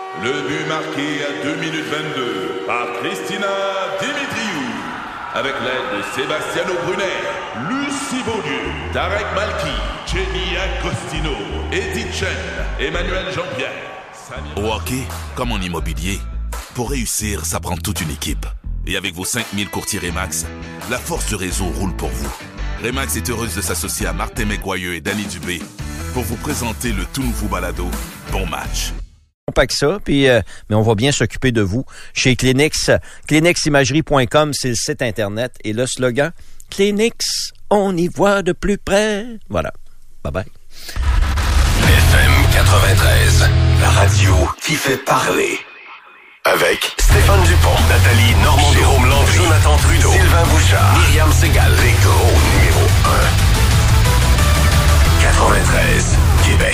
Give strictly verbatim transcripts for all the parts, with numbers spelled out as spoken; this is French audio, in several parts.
Le but marqué à deux minutes vingt-deux par Christina Dimitriou. Avec l'aide de Sebastiano Brunet, Lucie Beaulieu, Tarek Malki, Jenny Agostino, Edith Chen, Emmanuel Jean-Pierre. Samir... Au hockey, comme en immobilier, pour réussir, ça prend toute une équipe. Et avec vos cinq mille courtiers Remax, la force du réseau roule pour vous. Remax est heureuse de s'associer à Martin McGuire et Danny Dubé pour vous présenter le tout nouveau balado Bon Match. Pas que ça, puis euh, mais on va bien s'occuper de vous chez Clinix. Clinix Imagerie point com, c'est le site internet et le slogan Clinix, on y voit de plus près. Voilà. Bye bye. F M quatre-vingt-treize, la radio qui fait parler. Avec Stéphane Dupont, Nathalie Normand, Jérôme Landry, Jonathan Trudeau, Sylvain Bouchard, Myriam Segal, les gros numéro un. quatre-vingt-treize, Québec.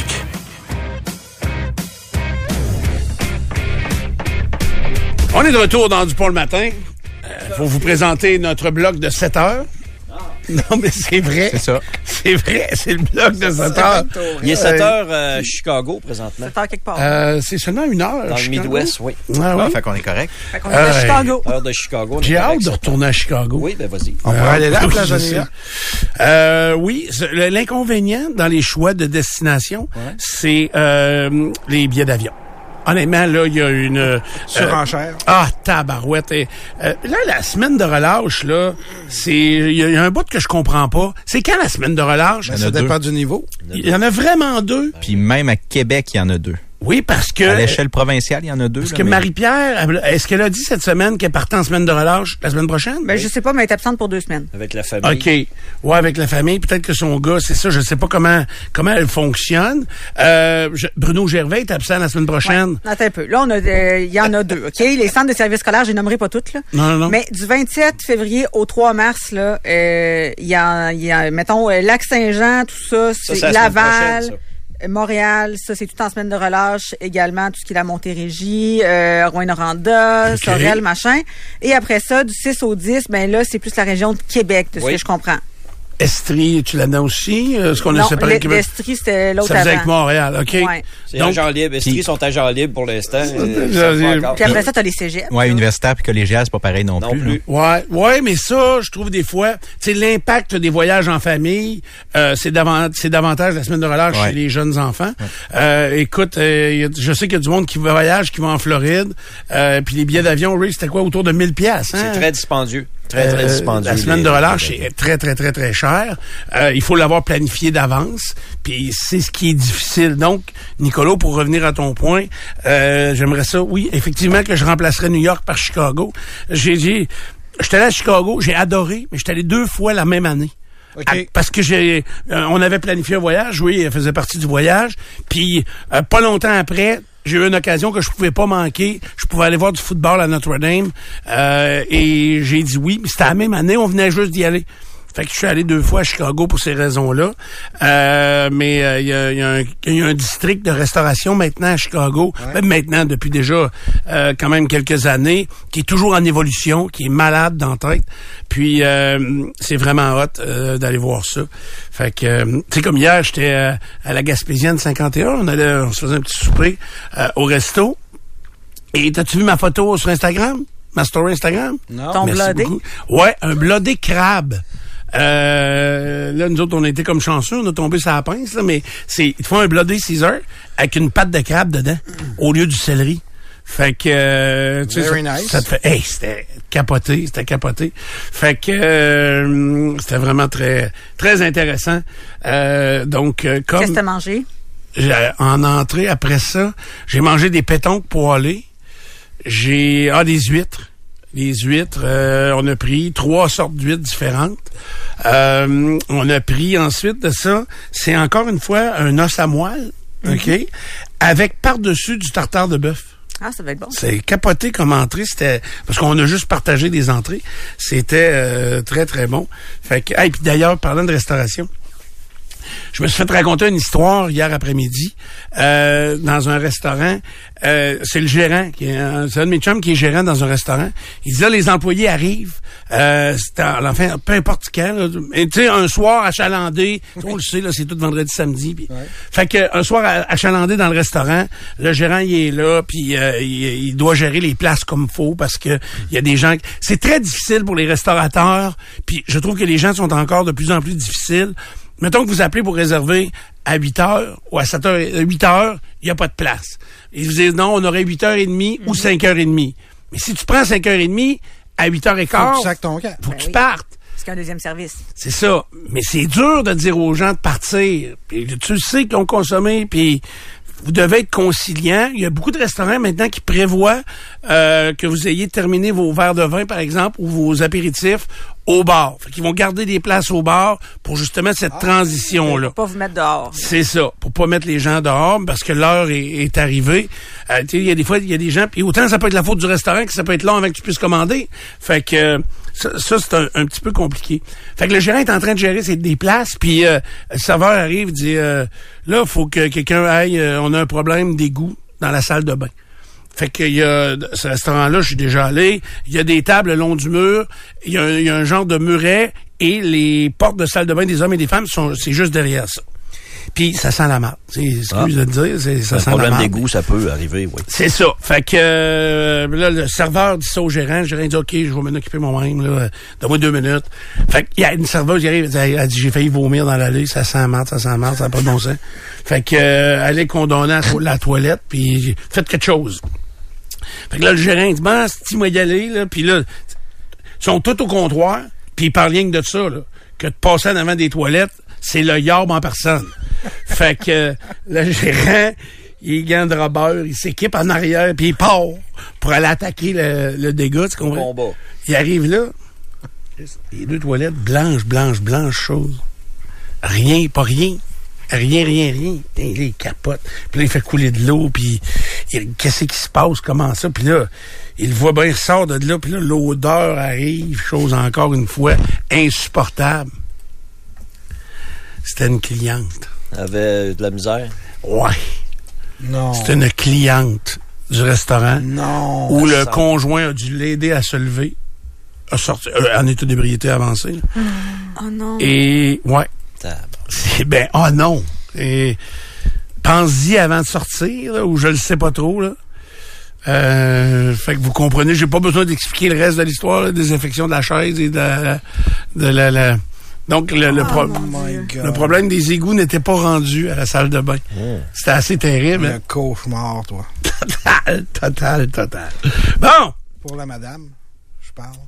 On est de retour dans Dupont le matin. Euh, faut vous présenter notre bloc de sept heures. Non, mais c'est vrai. C'est ça. C'est vrai, c'est le bloc de sept heures. Il est sept heures euh, Chicago présentement. sept heures quelque part. Euh, c'est seulement une heure. Dans le Chicago. Midwest, oui. Ah, oui. Ah, fait qu'on est correct. Fait qu'on est à Euh, Chicago. Heure de Chicago. J'ai hâte de ça. retourner à Chicago. Oui, ben vas-y. On pourrait aller là, oui, la je sais. Euh, oui, c'est- le- l'inconvénient dans les choix de destination, Ouais. c'est euh, les billets d'avion. Honnêtement, là, il y a une... euh, Surenchère. euh, ah, tabarouette. Et, euh, là, la semaine de relâche, là, c'est... Il y, a- y a un bout que je comprends pas. C'est quand la semaine de relâche? Ben, ça dépend du niveau. Il y en a vraiment deux. Puis même à Québec, il y en a deux. Oui, parce que... À l'échelle provinciale, il y en a deux. Parce là, que mais- Marie-Pierre, elle- est-ce qu'elle a dit cette semaine qu'elle partait en semaine de relâche la semaine prochaine? Ben, je sais pas, mais elle est absente pour deux semaines. Avec la famille. OK. Ouais, avec la famille. Peut-être que son gars, c'est ça. Je sais pas comment comment elle fonctionne. Euh, je- Bruno Gervais est absent la semaine prochaine. Attends un peu. Là, on a, euh, il y en a deux, OK? Les centres de services scolaires, je les nommerai pas toutes, là. Non, non, non. Mais du vingt-sept février au trois mars, là, euh, il y a, il y a, mettons, euh, Lac-Saint-Jean, tout ça, Ça, c'est c'est la semaine Laval. prochaine, ça. Montréal, ça, c'est tout en semaine de relâche. Également, tout ce qui est la Montérégie, euh, Rouyn-Noranda, OK. Sorel, machin. Et après ça, du six au dix, ben là, c'est plus la région de Québec, de ce Oui. que je comprends. Estrie, tu l'as dans aussi? Euh, ce qu'on a Non, séparé l'E- de Québec? l'Estrie, c'était l'autre Ça faisait avant. avec Montréal, OK. Ouais. C'est Donc- agent libre. Estrie sont agents libres pour l'instant. Euh, Ça, ça se fait c'est- encore. Puis après ça, t'as les cégeps. Ouais, là. universitaire puis collégial, c'est pas pareil non, Non plus. plus. là. Ouais, ouais, mais ça, je trouve des fois, tu sais, l'impact des voyages en famille, euh, c'est davant, c'est davantage la semaine de relâche Ouais. chez les jeunes enfants. Euh, écoute, euh, y a- je sais qu'il y a du monde qui voyage, qui va en Floride, euh, puis les billets d'avion, Ray, c'était quoi, autour de mille piastres, hein? C'est très dispendieux. Très, très Euh, dispendieux. La semaine les- de relâche les- est très, très, très, très cher. Euh, il faut l'avoir planifié d'avance. Puis c'est ce qui est difficile. Donc, Nicolas, pour revenir à ton point, euh, j'aimerais ça, oui, effectivement, que je remplacerais New York par Chicago. J'ai dit, j'étais allé à Chicago, j'ai adoré, mais j'étais allé deux fois la même année. OK. À- parce que j'ai, euh, on avait planifié un voyage, oui, elle faisait partie du voyage. Puis euh, pas longtemps après, j'ai eu une occasion que je pouvais pas manquer. Je pouvais aller voir du football à Notre-Dame. Euh, et j'ai dit oui, mais c'était la même année, on venait juste d'y aller. Fait que je suis allé deux fois à Chicago pour ces raisons-là. Euh, mais euh, il y, a, y, a un- y a un district de restauration maintenant à Chicago, même maintenant depuis déjà euh, quand même quelques années, qui est toujours en évolution, qui est malade dans la tête. Puis euh, c'est vraiment hot euh, d'aller voir ça. Fait que euh, tu sais, comme hier, j'étais euh, à la Gaspésienne cinquante et un, on allait, on se faisait un petit souper euh, au resto. Et t'as-tu vu ma photo sur Instagram? Ma story Instagram? Non. Ton Merci blodé. beaucoup. Ouais, un blodé crabe. Euh, là, nous autres, on était comme chanceux, on a tombé sur la pince, là, mais c'est, ils te font un blodé Caesar avec une pâte de crabe dedans, au lieu du céleri. Fait que, euh, tu sais, Very ça, nice. ça te fait, hey, c'était capoté, c'était capoté. Fait que, euh, c'était vraiment très, très intéressant. Euh, donc, euh, comme, Qu'est-ce que t'as mangé? j'ai- en entrée, après ça, j'ai mangé des pétonques poêlés. J'ai, ah, des huîtres. Les huîtres, euh, on a pris trois sortes d'huîtres différentes. Euh, on a pris ensuite de ça, c'est encore une fois un os à moelle, OK? Avec par-dessus du tartare de bœuf. Ah, ça va être bon. C'est capoté comme entrée, c'était parce qu'on a juste partagé des entrées. C'était euh, très très bon. Fait que, ah, et puis d'ailleurs, parlant de restauration, Je me suis fait raconter une histoire hier après-midi euh, dans un restaurant. Euh, c'est le gérant, qui est un, c'est un de mes chums qui est gérant dans un restaurant. Il dit là, les employés arrivent, euh, c'est à l'enfin, peu importe quand, là, et tu sais, un soir achalandé, on le sait, là, c'est tout vendredi, samedi. Pis, ouais. Fait que un soir achalandé dans le restaurant, le gérant il est là, puis euh, il, il doit gérer les places comme faut parce que il y a des gens. C'est très difficile pour les restaurateurs, puis je trouve que les gens sont encore de plus en plus difficiles. Mettons que vous appelez pour réserver à huit heures ou à sept heures, huit heures, il n'y a pas de place. Ils vous disent non, on aurait huit heures trente mm-hmm. ou cinq heures trente. Mais si tu prends cinq heures trente, à huit heures quinze, faut que tu sacs ton camp. Faut ben que oui. tu partes. C'est qu'un deuxième service. C'est ça. Mais c'est dur de dire aux gens de partir. Puis tu sais qu'ils ont consommé, puis vous devez être conciliant. Il y a beaucoup de restaurants maintenant qui prévoient euh, que vous ayez terminé vos verres de vin, par exemple, ou vos apéritifs au bar. Fait qu'ils vont garder des places au bar pour justement cette ah, transition-là. Pour pas vous mettre dehors. C'est ça. Pour pas mettre les gens dehors parce que l'heure est, est arrivée. Euh, tu sais, il y a des fois, il y a des gens, puis autant ça peut être la faute du restaurant que ça peut être long avant que tu puisses commander. Fait que euh, ça, ça c'est un, un petit peu compliqué. Fait que le gérant est en train de gérer ses des places, puis euh, le serveur arrive, dit euh, là, il faut que quelqu'un aille, euh, on a un problème d'égout dans la salle de bain. Fait qu'il y a ce restaurant-là, je suis déjà allé. Il y a des tables le long du mur. Il y a un, il y a un genre de muret et les portes de salle de bain des hommes et des femmes sont, c'est juste derrière ça. Puis ça sent la marde. Excuse ah. de le dire, c'est, ça un sent la marde. Un problème d'égout, ça peut arriver, oui. C'est ça. Fait que euh, là, le serveur dit ça au gérant. Le gérant dit OK, je vais m'en occuper moi-même. Là. Donne-moi deux minutes. Fait qu'il y a une serveuse qui arrive, elle dit, elle dit j'ai failli vomir dans l'allée, ça sent la marde, ça sent la marde, ça n'a pas de bon sens. Fait que euh, elle est condamnée à la toilette, puis faites quelque chose. Fait que là, le gérant dit, ben, c'est-tu moi y aller, là, puis là, ils sont tous au comptoir, puis ils parlent rien que de ça, là, que de passer en avant des toilettes, c'est le yarb en personne. Fait que euh, le gérant, il est gant de robeur, il s'équipe en arrière, puis il part pour aller attaquer le, le dégât, tu comprends? Combat. Il arrive là, les deux toilettes blanches, blanches, blanches, choses. Rien, pas rien. Rien, rien, rien. Et là, il capote. Puis là, il fait couler de l'eau, puis il, qu'est-ce qui se passe, comment ça? Puis là, il voit bien, il sort de là, puis là, l'odeur arrive, chose encore une fois insupportable. C'était une cliente. Elle avait de la misère? Ouais. Non. C'était une cliente du restaurant. Non. Où le conjoint a dû l'aider à se lever, a sorti, euh, en état d'ébriété avancé. Là. Oh non. Et, ouais. C'est ben, oh non. Et pense-y avant de sortir, là, ou je le sais pas trop, là. Euh, fait que vous comprenez, j'ai pas besoin d'expliquer le reste de l'histoire, la désinfection de la chaise et de la, de la, la donc le, le, pro- oh le problème des égouts n'était pas rendu à la salle de bain. Mm. C'était assez terrible. Le cauchemar, toi. Total, total, total. Bon. Pour la madame, je parle.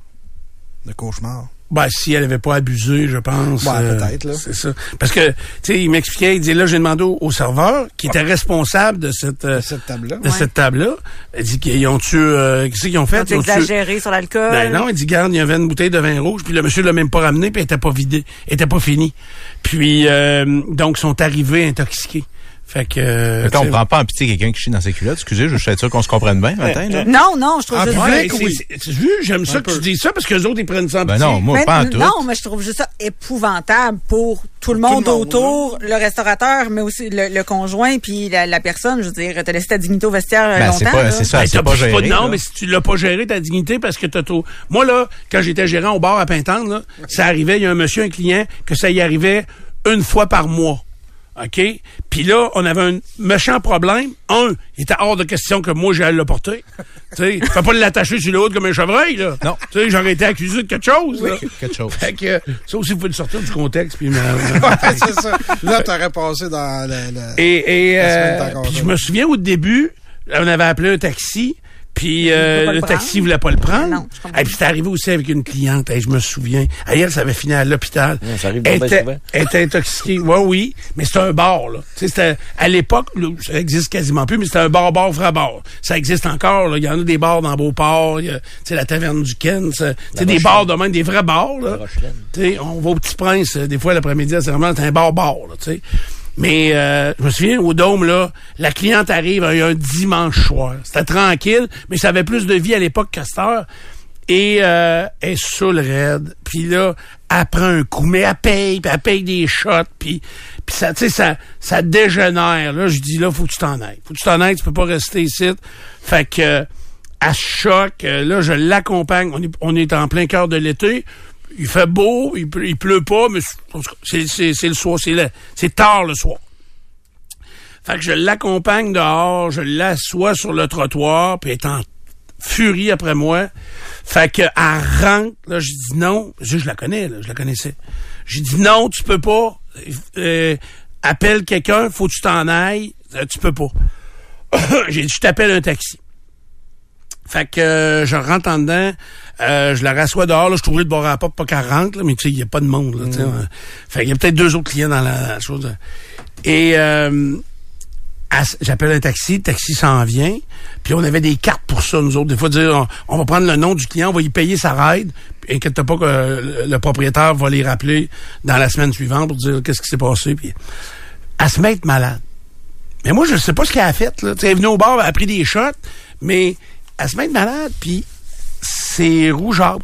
Le cauchemar. Ben, si elle avait pas abusé, je pense. Ouais, euh, peut-être, là. C'est ça. Parce que, tu sais, il m'expliquait, il disait, là, j'ai demandé au, au serveur, qui était responsable de cette, euh, de cette table-là. De ouais. cette table-là. Il dit qu'ils ont tué, euh, qu'est-ce qu'ils ont fait? Ils ont exagéré sur l'alcool. Ben non, il dit, garde, il y avait une bouteille de vin rouge, puis le monsieur l'a même pas ramené, puis elle était pas vidée. Elle était pas finie. Puis, euh, donc, ils sont arrivés intoxiqués. Fait que. Euh, on prend pas en pitié quelqu'un qui chie dans ses culottes. Excusez, je suis sûr qu'on se comprenne bien matin, là. Non, non, je trouve ah, juste ouais, ça. Oui. Tu vu, j'aime ça que tu dis ça parce que les autres, ils prennent ça en ben pitié. non, moi, mais, pas en tout. Non, mais je trouve juste ça épouvantable pour tout le monde, tout le monde autour, là. Le restaurateur, mais aussi le, le conjoint, puis la, la personne. Je veux dire, t'as laissé ta dignité au vestiaire ben, longtemps. C'est, pas, c'est ça, ben, c'est pas géré. Pas, non, là. mais si tu l'as pas géré, ta dignité, parce que t'as trop... Moi, là, quand j'étais gérant au bar à Pintendre, là, ça arrivait, il y a un monsieur, un client, que ça y arrivait une fois par mois. OK? Puis là, on avait un méchant problème. Un, il était hors de question que moi, j'allais le porter. Tu sais, fais pas l'attacher sur le haut comme un chevreuil, là. Non. Tu sais, j'aurais été accusé de quelque chose, là. Oui, quelque chose. Fait que, ça aussi, vous pouvez le sortir du contexte, puis... ouais, c'est ça. Là, t'aurais passé dans le... le et, et, euh, puis je me souviens, au début, on avait appelé un taxi, puis euh, le, le taxi voulait pas le prendre. Non, et puis c'est arrivé aussi avec une cliente, hey, je me souviens. Elle, elle, ça avait fini à l'hôpital. Ouais, ça arrive elle, était, souvent. elle était intoxiquée. Ouais, oui, mais c'était un bar, là. Tu sais, c'était, à l'époque, là, ça existe quasiment plus, mais c'était un bar-bar, vrai-bar. Ça existe encore, là. Il y en a des bars dans Beauport, tu sais, la taverne du Ken, tu sais, des bars de même, des vrais bars, là. Tu sais, on va au Petit Prince, des fois, l'après-midi, c'est vraiment un bar-bar, là, tu sais. Mais euh, je me souviens, au Dôme, là, la cliente arrive un, un dimanche soir. C'était tranquille, mais ça avait plus de vie à l'époque qu'à cette heure. Et euh, elle est saoule raide. Puis là, elle prend un coup, mais elle paye, puis elle paye des shots, puis... Puis ça, tu sais, ça, ça dégénère. Là, je dis, là, faut que tu t'en ailles. Faut que tu t'en ailles, tu peux pas rester ici. Fait que, euh, à choc, euh, là, je l'accompagne. On est, on est en plein cœur de l'été. Il fait beau, il, il pleut pas, mais c'est, c'est, c'est le soir, c'est, le, c'est tard le soir. Fait que je l'accompagne dehors, je l'assois sur le trottoir, puis elle est en furie après moi. Fait que elle rentre, là, je dis non. Je, je la connais, là, je la connaissais. J'ai dit non, tu peux pas. Euh, appelle quelqu'un, faut que tu t'en ailles. Euh, tu peux pas. J'ai dit, je t'appelle un taxi. Fait que euh, je rentre en dedans, euh, je la rassois dehors, là, je suis obligé de boire à la porte, pas qu'elle rentre, là, mais tu sais, il n'y a pas de monde. Là, mmh. Fait qu'il y a peut-être deux autres clients dans la, la chose. Et euh, à, j'appelle un taxi, le taxi s'en vient, puis on avait des cartes pour ça, nous autres. Des fois, dire, on, on va prendre le nom du client, on va y payer sa ride, puis inquiète pas que le, le propriétaire va les rappeler dans la semaine suivante pour dire qu'est-ce qui s'est passé, puis elle se met à être malade. Mais moi, je sais pas ce qu'elle a fait, là. Tu sais, elle est venue au bar, elle a pris des shots, mais elle se met malade, puis c'est rougeâtre.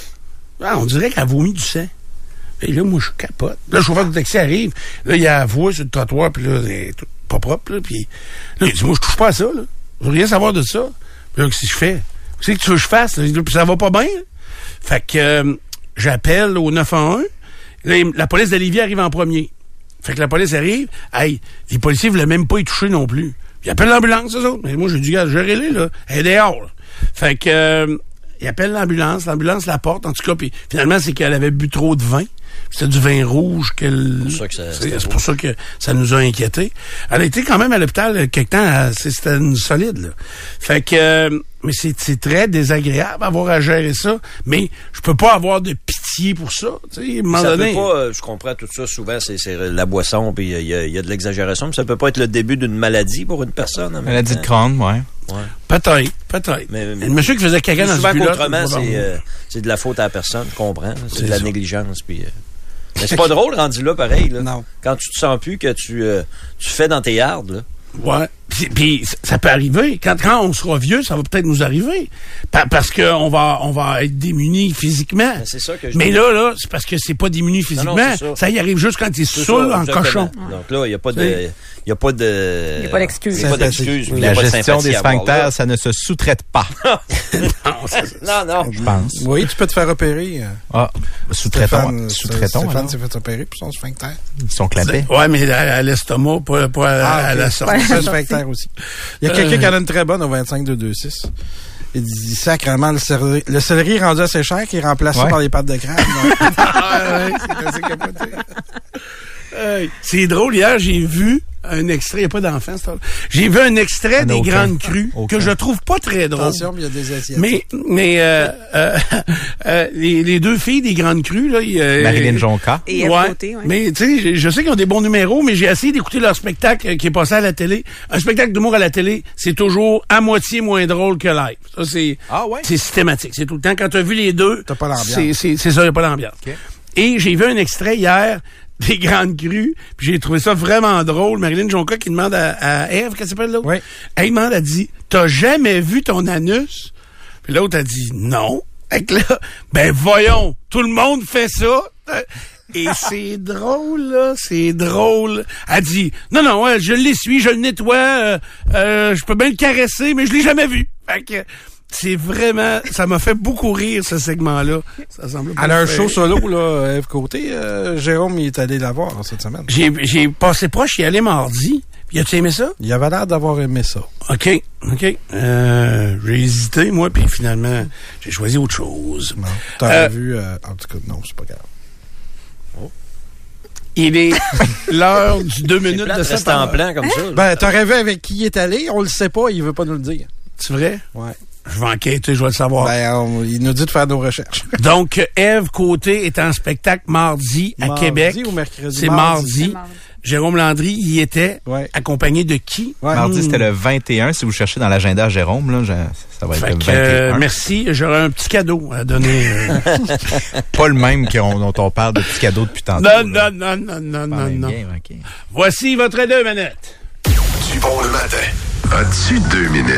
Ah, on dirait qu'elle vomit du sang. Et là, moi, je capote. Là, le chauffeur du taxi arrive. Là, il y a la voix sur le trottoir, puis là, c'est tout pas propre, là. Puis là, il dit, moi, je touche pas à ça, là. Je veux rien savoir de ça. Puis là, qu'est-ce que je fais? Qu'est-ce que tu veux que je fasse? Là? Puis ça va pas bien, là. Fait que euh, j'appelle au neuf un un. Là, la police d'Olivier arrive en premier. Fait que la police arrive. Hey, les policiers voulaient même pas y toucher non plus. Il appelle l'ambulance, eux autres. Mais moi, j'ai dit, gars, gérez-les, là. Elle est dehors, là. Fait que, euh, il appelle l'ambulance. L'ambulance la porte, en tout cas. Puis finalement, c'est qu'elle avait bu trop de vin. C'était du vin rouge qu'elle... C'est pour ça que ça, c'est, c'est pour ça que ça nous a inquiétés. Elle a été quand même à l'hôpital quelque temps. Elle, c'était une solide, là. Fait que... Euh, mais c'est, c'est très désagréable avoir à gérer ça. Mais je peux pas avoir de pitié pour ça. Tu sais, à un moment ça donné... peut pas, euh, je comprends tout ça, souvent, c'est, c'est la boisson, puis il y, y, y a de l'exagération, mais ça peut pas être le début d'une maladie pour une personne. En maladie de Crohn, ouais. ouais. Peut-être, peut-être. Mais, mais, le monsieur qui faisait caca dans souvent ce culotte... qu'autrement, c'est, euh, c'est de la faute à la personne, je comprends. C'est, c'est de la ça. Négligence, puis... Euh, mais c'est pas drôle, rendu là, pareil, là. Non. Quand tu te sens plus que tu, euh, tu fais dans tes yards, là. Ouais. Puis, puis ça peut arriver. Quand, quand on sera vieux, ça va peut-être nous arriver. Pa- parce qu'on va, on va être démunis physiquement. Ben, c'est ça que je Mais dis. là, là, c'est parce que c'est pas démuni physiquement. Non, non, ça. ça y arrive juste quand t'es saoul en cochon. Donc là, il n'y a pas de, il y a pas de, il y a pas d'excuse. Il y a pas d'excuse. La gestion des sphincters, ça ne se sous-traite pas. non, c'est, non, non. Je pense. Oui, tu peux te faire opérer. Ah, sous-traitons. Sous-traitons. Stéphane s'est fait opérer pour son sphincter. Son clapet. Ouais, mais à, à l'estomac, pas, pas à, ah, à okay. la sortie. C'est un sphincter aussi. Il y a quelqu'un euh... qui en a une très bonne au vingt-cinq deux deux six. Il dit sacrément le céleri, le céleri est rendu assez cher qu'il est remplacé ouais. par les pâtes de crabe. ah, ouais, c'est, c'est capoté. Euh, c'est drôle, hier, j'ai vu un extrait, il n'y a pas d'enfant, c'est j'ai vu un extrait un des aucun. Grandes Crues aucun. Que je trouve pas très drôle. Attention, il y a des Asiatiques. Mais, mais euh, euh, euh, les, les deux filles des Grandes Crues, là, euh, Marilyn Jonca. Et ouais, côté, ouais. Mais tu sais, je, je sais qu'ils ont des bons numéros, mais j'ai essayé d'écouter leur spectacle qui est passé à la télé. Un spectacle d'humour à la télé, c'est toujours à moitié moins drôle que live. Ça, c'est, ah ouais? c'est systématique. C'est tout le temps. Quand tu as vu les deux, t'as pas l'ambiance. C'est, c'est, c'est ça, il n'y a pas l'ambiance. Okay. Et j'ai vu un extrait hier des Grandes Crues, puis j'ai trouvé ça vraiment drôle. Marilyn Jonca qui demande à, à Ève, qu'est-ce qu'elle s'appelle l'autre? Oui. Elle demande, elle dit, t'as jamais vu ton anus? Puis l'autre a dit, non. Fait que là, ben voyons, tout le monde fait ça. Et c'est drôle, là, c'est drôle. Elle dit, non, non, ouais, je l'essuie, je le nettoie, euh, euh, je peux bien le caresser, mais je l'ai jamais vu. Fait que c'est vraiment... Ça m'a fait beaucoup rire, ce segment-là. Ça semble Elle a un show solo, là, Ève Côté. Euh, Jérôme, il est allé la voir cette semaine. J'ai, j'ai passé proche, il est allé mardi. Puis as-tu aimé ça? Il avait l'air d'avoir aimé ça. OK, OK. Euh, j'ai hésité, moi, puis finalement, j'ai choisi autre chose. Non, t'aurais euh, vu... Euh, en tout cas, non, c'est pas grave. Oh. Il est l'heure du deux minutes plate, de reste en plan comme ça. Ben, t'aurais vu avec qui il est allé, on le sait pas, il veut pas nous le dire. C'est vrai? Ouais. Je vais enquêter, je vais le savoir. Ben, on, il nous dit de faire nos recherches. Donc, Ève Côté est en spectacle mardi à mardi Québec. Ou mercredi? C'est mardi. mardi. Jérôme Landry y était, ouais. accompagné de qui? Ouais. Mardi, mmh. c'était le vingt et un. Si vous cherchez dans l'agenda Jérôme, là, je, ça va être fait le vingt et un. Euh, merci. J'aurai un petit cadeau à donner. Euh... Pas le même qu'on, dont on parle de petits cadeaux depuis tantôt. Non, non, non, non, non, non, non. Game, okay. Voici votre deux minutes. Du bon le matin. As-tu deux minutes?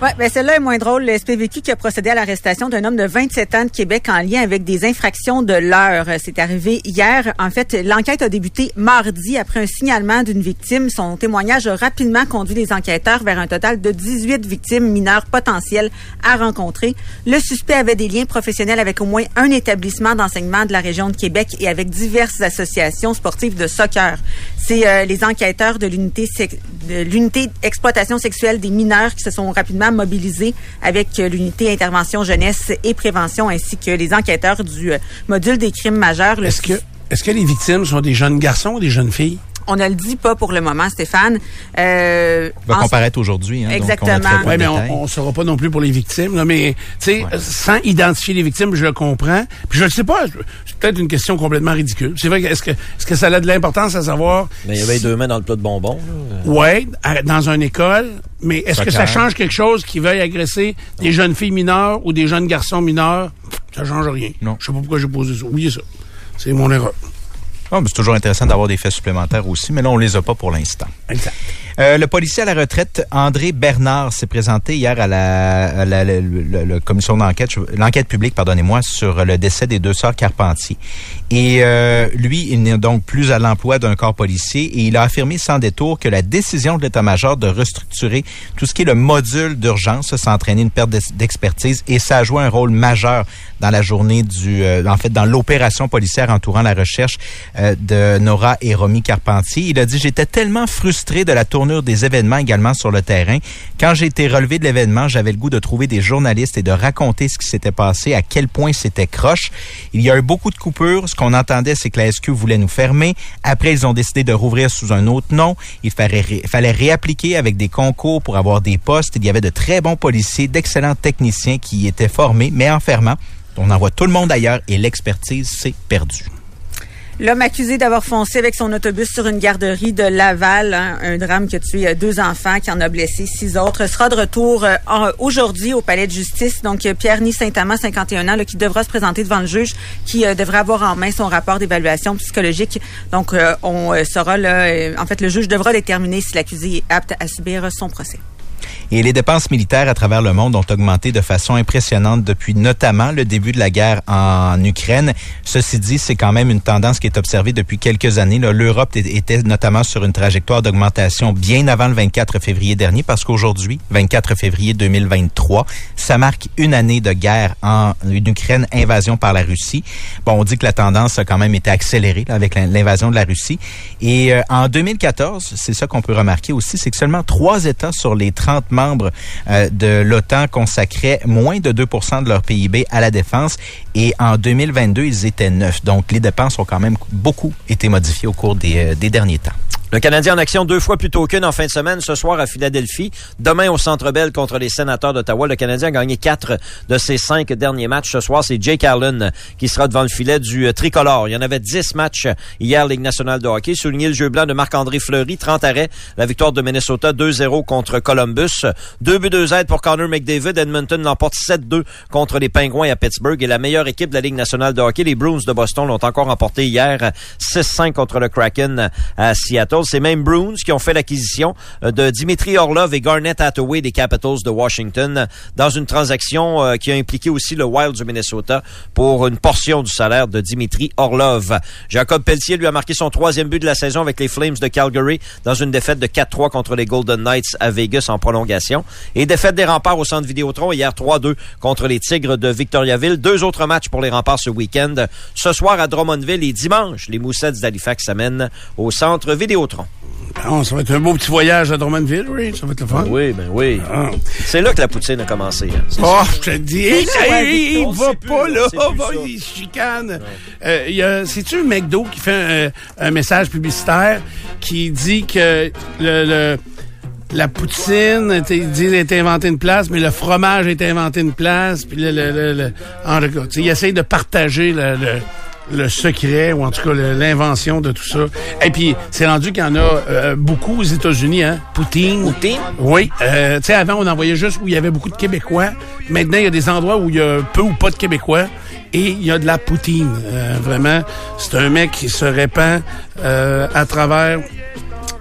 Oui, bien celle-là est moins drôle. Le S P V Q qui a procédé à l'arrestation d'un homme de vingt-sept ans de Québec en lien avec des infractions de l'heure. C'est arrivé hier. En fait, l'enquête a débuté mardi après un signalement d'une victime. Son témoignage a rapidement conduit les enquêteurs vers un total de dix-huit victimes mineures potentielles à rencontrer. Le suspect avait des liens professionnels avec au moins un établissement d'enseignement de la région de Québec et avec diverses associations sportives de soccer. C'est euh, les enquêteurs de l'unité sec- de l'unité exploitation sexuelle des mineurs qui se sont rapidement mobilisés avec euh, l'unité intervention jeunesse et prévention ainsi que les enquêteurs du euh, module des crimes majeurs. Est-ce que est-ce que les victimes sont des jeunes garçons ou des jeunes filles? On ne le dit pas pour le moment, Stéphane. Euh, Il va en... comparaître aujourd'hui. Hein, Exactement. Oui, mais on ne saura pas non plus pour les victimes. Là, mais tu sais, ouais. sans identifier les victimes, je le comprends. Puis je ne sais pas, c'est peut-être une question complètement ridicule. C'est vrai, est-ce que, est-ce que ça a de l'importance à savoir... Mais il y avait si... deux mains dans le plat de bonbons. Oui, dans une école. Mais est-ce ça que ça change quelque chose qu'ils veuillent agresser des non. jeunes filles mineures ou des jeunes garçons mineurs? Ça ne change rien. Non. Je ne sais pas pourquoi j'ai posé ça. Oubliez ça. C'est mon erreur. Oh, mais c'est toujours intéressant d'avoir des faits supplémentaires aussi, mais là, on les a pas pour l'instant. Exact. Euh, le policier à la retraite, André Bernard, s'est présenté hier à la, à la, la, la, la commission d'enquête, l'enquête publique, pardonnez-moi, sur le décès des deux sœurs Carpentier. Et euh, lui, il n'est donc plus à l'emploi d'un corps policier et il a affirmé sans détour que la décision de l'état-major de restructurer tout ce qui est le module d'urgence, ça a entraîné une perte d'expertise et ça a joué un rôle majeur dans la journée du, euh, en fait, dans l'opération policière entourant la recherche euh, de Nora et Romy Carpentier. Il a dit, j'étais tellement frustré de la tournure des événements également sur le terrain. Quand j'ai été relevé de l'événement, j'avais le goût de trouver des journalistes et de raconter ce qui s'était passé, à quel point c'était croche. Il y a eu beaucoup de coupures. Ce qu'on entendait, c'est que la S Q voulait nous fermer. Après, ils ont décidé de rouvrir sous un autre nom. Il fallait, ré- fallait réappliquer avec des concours pour avoir des postes. Il y avait de très bons policiers, d'excellents techniciens qui étaient formés, mais en fermant, on envoie tout le monde ailleurs et l'expertise s'est perdue. L'homme accusé d'avoir foncé avec son autobus sur une garderie de Laval, hein, un drame qui a tué deux enfants, qui en a blessé six autres, sera de retour euh, aujourd'hui au palais de justice. Donc, Pierre-Ny Saint-Amand, cinquante et un ans, là, qui devra se présenter devant le juge, qui euh, devra avoir en main son rapport d'évaluation psychologique. Donc, euh, on euh, saura, là, euh, en fait, le juge devra déterminer si l'accusé est apte à subir son procès. Et les dépenses militaires à travers le monde ont augmenté de façon impressionnante depuis notamment le début de la guerre en Ukraine. Ceci dit, c'est quand même une tendance qui est observée depuis quelques années. Là, l'Europe était notamment sur une trajectoire d'augmentation bien avant le vingt-quatre février dernier, parce qu'aujourd'hui, vingt-quatre février deux mille vingt-trois, ça marque une année de guerre en Ukraine, invasion par la Russie. Bon, on dit que la tendance a quand même été accélérée là, avec l'invasion de la Russie. Et euh, en deux mille quatorze, c'est ça qu'on peut remarquer aussi, c'est que seulement trois États sur les trente membres euh, de l'OTAN consacraient moins de deux pour cent de leur P I B à la défense et en deux mille vingt-deux, ils étaient neuf. Donc, les dépenses ont quand même beaucoup été modifiées au cours des, euh, des derniers temps. Le Canadien en action deux fois plus tôt qu'une en fin de semaine, ce soir à Philadelphie. Demain au Centre Bell contre les Sénateurs d'Ottawa. Le Canadien a gagné quatre de ses cinq derniers matchs. Ce soir, c'est Jake Allen qui sera devant le filet du euh, tricolore. Il y en avait dix matchs hier, Ligue nationale de hockey. Souligné le jeu blanc de Marc-André Fleury, trente arrêts. La victoire de Minnesota deux zéro contre Columbus. Deux buts, deux aides pour Connor McDavid. Edmonton l'emporte sept deux contre les Pingouins à Pittsburgh. Et la meilleure équipe de la Ligue nationale de hockey, les Bruins de Boston, l'ont encore emporté hier six cinq contre le Kraken à Seattle. C'est même Bruins qui ont fait l'acquisition de Dimitri Orlov et Garnett Hathaway des Capitals de Washington dans une transaction euh, qui a impliqué aussi le Wild du Minnesota pour une portion du salaire de Dimitri Orlov. Jacob Pelletier lui a marqué son troisième but de la saison avec les Flames de Calgary dans une défaite de quatre trois contre les Golden Knights à Vegas en prolongation. Et défaite des Remparts au Centre Vidéotron hier trois deux contre les Tigres de Victoriaville. Deux autres matchs pour les Remparts ce week-end. Ce soir à Drummondville et dimanche, les Moussets d'Halifax s'amènent au Centre Vidéotron. Bon, ça va être un beau petit voyage à Drummondville, oui. Ça va être le fun. Ben oui, ben oui. Ah. C'est là que la poutine a commencé. Hein. Oh, je te dis, hey, hey, il va pas là, va, il chicane. Euh, y a, c'est-tu McDo qui fait un, un message publicitaire qui dit que le, le la poutine, il dit, a été inventée une place, mais le fromage a été inventé une place, puis le, le, le, le en tout cas, il essaye de partager le, le le secret, ou en tout cas le, l'invention de tout ça. Et puis, c'est rendu qu'il y en a euh, beaucoup aux États-Unis, hein? Poutine. Poutine? Oui. Euh, tu sais, avant, on en voyait juste où il y avait beaucoup de Québécois. Maintenant, il y a des endroits où il y a peu ou pas de Québécois. Et il y a de la poutine. Euh, vraiment, c'est un mec qui se répand euh, à travers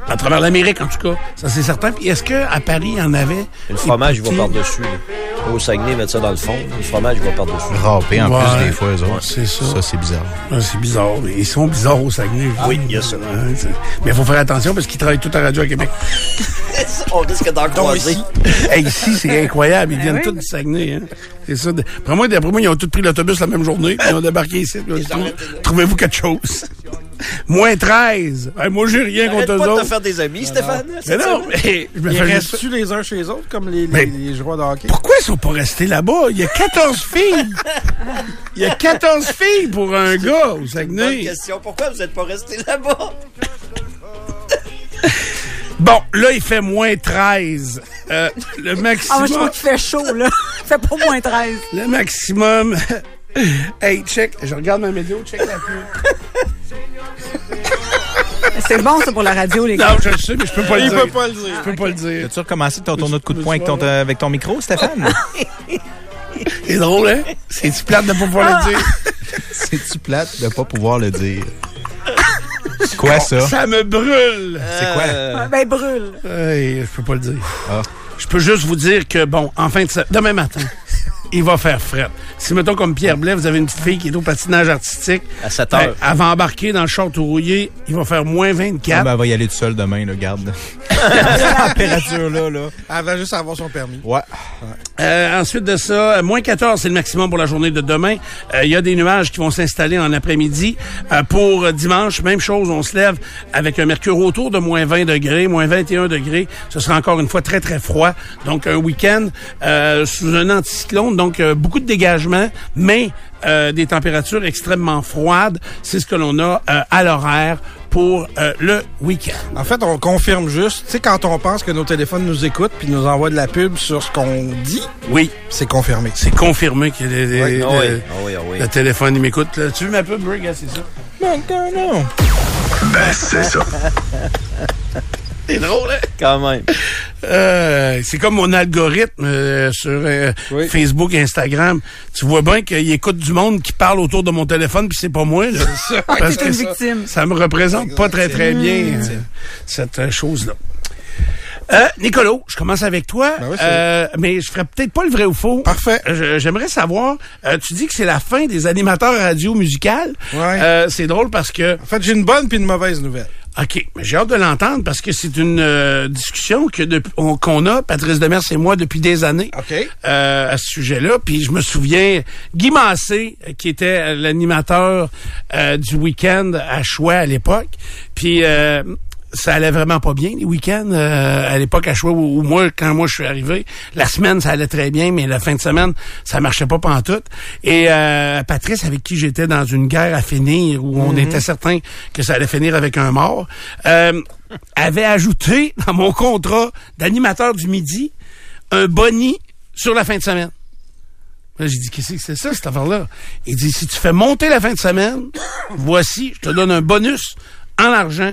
À travers l'Amérique, en tout cas. Ça, c'est certain. Puis est-ce qu'à Paris, il y en avait? Le fromage, il va par-dessus. Là. Au Saguenay, mettre ça dans le fond. Le fromage, il va par-dessus. Râpé, en Ouais, plus, des fois, eux autres. c'est ça. Ça, c'est bizarre. Ouais, c'est bizarre. Mais ils sont bizarres au Saguenay. Oui, il y a ça. Ouais, mais il faut faire attention parce qu'ils travaillent tous à Radio à Québec. On risque d'en croiser. Hey, ici, c'est incroyable. Ils viennent oui. tous du Saguenay. Hein. C'est ça. Après moi, d'après moi, ils ont tous pris l'autobus la même journée. Puis ils ont débarqué ici. Ils ont dit, trouvez-vous quelque chose? Moins treize. Hey, moi, j'ai rien Arrête contre eux pas de autres. te faire des amis, Stéphane. Mais non, mais je me Ils fais juste... restent-tu les uns chez les autres, comme les, les, Mais- les joueurs de hockey? Pourquoi ils sont pas restés là-bas? Il y a quatorze filles. Il y a quatorze filles pour un gars au Bonne Saguenay. question. Pourquoi vous n'êtes pas resté là-bas? Bon, là, il fait moins treize. Euh, le Ah, moi, je maximum... trouve qu'il fait chaud, là. Il fait pas moins treize. le maximum... Hey, check. Je regarde ma météo. Check la pluie. C'est bon, ça, pour la radio, les gars. Non, je le sais, mais je peux pas le Il dire. peut pas le dire. Je peux pas le dire. As-tu recommencé ton tournoi de coup de poing avec ton, avec ton micro, Stéphane? C'est drôle, hein? C'est-tu plate de pas pouvoir le dire? C'est-tu plate de pas pouvoir le dire? C'est quoi, ça? Ça me brûle! C'est quoi? Ah, ben, brûle. Hey, je peux pas le dire. Ah. Je peux juste vous dire que, bon, en fin de se- demain matin, il va faire fret. Si, mettons, comme Pierre Blais, vous avez une fille qui est au patinage artistique, À sept ben, heures. elle va embarquer dans le short tout rouillé, il va faire moins Ah, vingt-quatre. ben, elle va y aller tout seul demain, là, garde. La température, là, là. Elle va juste avoir son permis. Ouais. Euh, ensuite de ça, euh, moins quatorze, c'est le maximum pour la journée de demain. Euh, Il y a des nuages qui vont s'installer en après-midi. Euh, pour euh, dimanche, même chose, on se lève avec un mercure autour de moins vingt degrés, moins vingt et un degrés. Ce sera encore une fois très, très froid. Donc, un week-end euh, sous un anticyclone. Donc, euh, beaucoup de dégagement, mais euh, des températures extrêmement froides. C'est ce que l'on a euh, à l'horaire pour euh, le week-end. En fait, on confirme juste, tu sais, quand on pense que nos téléphones nous écoutent puis nous envoient de la pub sur ce qu'on dit, Oui, c'est confirmé. c'est confirmé que les- les- Ah le, oui, ah oui, ah oui. le téléphone, il m'écoute. Là. Tu veux ma pub, Rick? Ah, c'est ça. Non, non, non. Ben, c'est ça. C'est drôle, hein? Quand même. Euh, c'est comme mon algorithme euh, sur euh, Oui. Facebook et Instagram. Tu vois bien qu'il écoute du monde qui parle autour de mon téléphone, puis c'est pas moi. Là. Parce T'es que une ça, victime. ça me représente pas très, très bien, euh, cette euh, chose-là. Euh, Nicolas, je commence avec toi, Ben oui, c'est- euh, mais je ferai peut-être pas le vrai ou faux. Parfait. Je- J'aimerais savoir, euh, tu dis que c'est la fin des animateurs radio musicales. Ouais. Euh, c'est drôle parce que... En fait, j'ai une bonne puis une mauvaise nouvelle. OK, mais j'ai hâte de l'entendre parce que c'est une euh, discussion que depuis- on- qu'on a, Patrice Demers et moi, depuis des années OK. euh, à ce sujet-là. Puis je me souviens, Guy Massé, euh, qui était l'animateur euh, du week-end à Choix à l'époque, puis euh, ça allait vraiment pas bien, les week-ends, euh, à l'époque à Choix, où, où moi, quand moi je suis arrivé, la semaine, ça allait très bien, mais la fin de semaine, ça marchait pas pantoute. Et euh, Patrice, avec qui j'étais dans une guerre à finir, où on était certain que ça allait finir avec un mort, euh, avait ajouté dans mon contrat d'animateur du midi un boni sur la fin de semaine. Là, j'ai dit, qu'est-ce que c'est ça, cette affaire-là? Il dit, si tu fais monter la fin de semaine, voici, je te donne un bonus en argent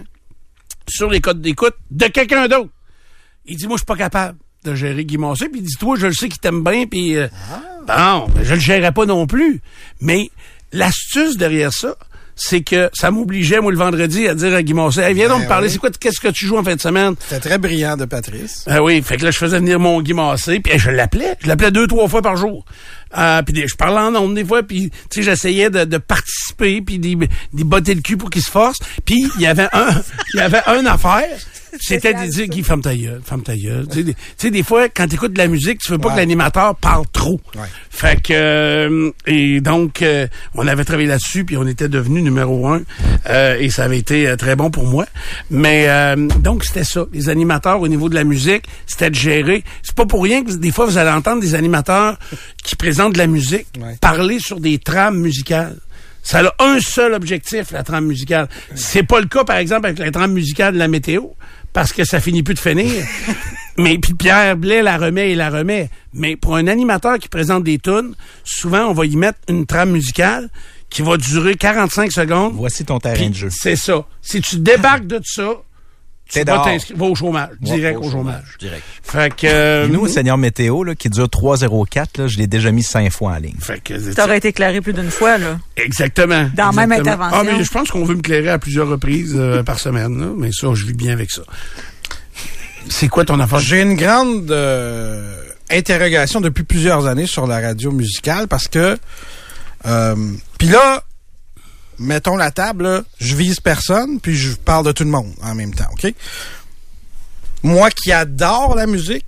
sur les codes d'écoute de quelqu'un d'autre. Il dit, moi, je suis pas capable de gérer Guy Massé. Puis il dit, toi, je le sais qu'il t'aime bien, puis euh, bon, je le gérerais pas non plus. Mais l'astuce derrière ça, c'est que ça m'obligeait, moi, le vendredi, à dire à Guy Massé, hey, viens donc Ben me parler, oui. c'est quoi, qu'est-ce que tu joues en fin de semaine? C'était très brillant de Patrice. Ah oui, fait que là, je faisais venir mon Guy Massé, puis hey, je l'appelais. Je l'appelais deux, trois fois par jour. Euh, puis des- je parlais en ondes des fois, puis tu sais, j'essayais de, de participer, puis d'y d'y botter le cul pour qu'il se force. Puis il y avait un, il y avait une affaire, c'était de dire, Guy, ferme ta gueule, ferme ta gueule. Tu sais, des- tu sais, des fois, quand t'écoutes de la musique, tu veux pas Ouais. que l'animateur parle trop. Ouais. Fait que, euh, et donc, euh, on avait travaillé là-dessus, puis on était devenu numéro un, euh, et ça avait été euh, très bon pour moi. Mais, euh, donc, c'était ça. Les animateurs, au niveau de la musique, c'était de gérer. C'est pas pour rien que des fois, vous allez entendre des animateurs qui présentent de la musique Ouais. parler sur des trames musicales. Ça a un seul objectif, la trame musicale. C'est pas le cas, par exemple, avec la trame musicale de la météo, parce que ça finit plus de finir. Mais puis Pierre Blais la remet et la remet. Mais pour un animateur qui présente des tunes, souvent, on va y mettre une trame musicale qui va durer quarante-cinq secondes. Voici ton terrain Puis de jeu. c'est ça. Si tu débarques de ça, tu vas t'inscrire, va au chômage, direct au, au chômage. chômage. Direct. Fait que... Euh, nous, au Seigneur Météo, là, qui dure trois zéro quatre, là, je l'ai déjà mis cinq fois en ligne. Fait que... Ça aurait été éclairé plus d'une fois, là. Exactement. Dans la même intervention. Ah, mais je pense qu'on veut me clairer à plusieurs reprises euh, par semaine, là, mais ça, je vis bien avec ça. C'est quoi ton affaire? J'ai une grande euh, interrogation depuis plusieurs années sur la radio musicale parce que... Euh, puis là... Mettons la table, là, je vise personne, puis je parle de tout le monde en même temps, OK? Moi qui adore la musique,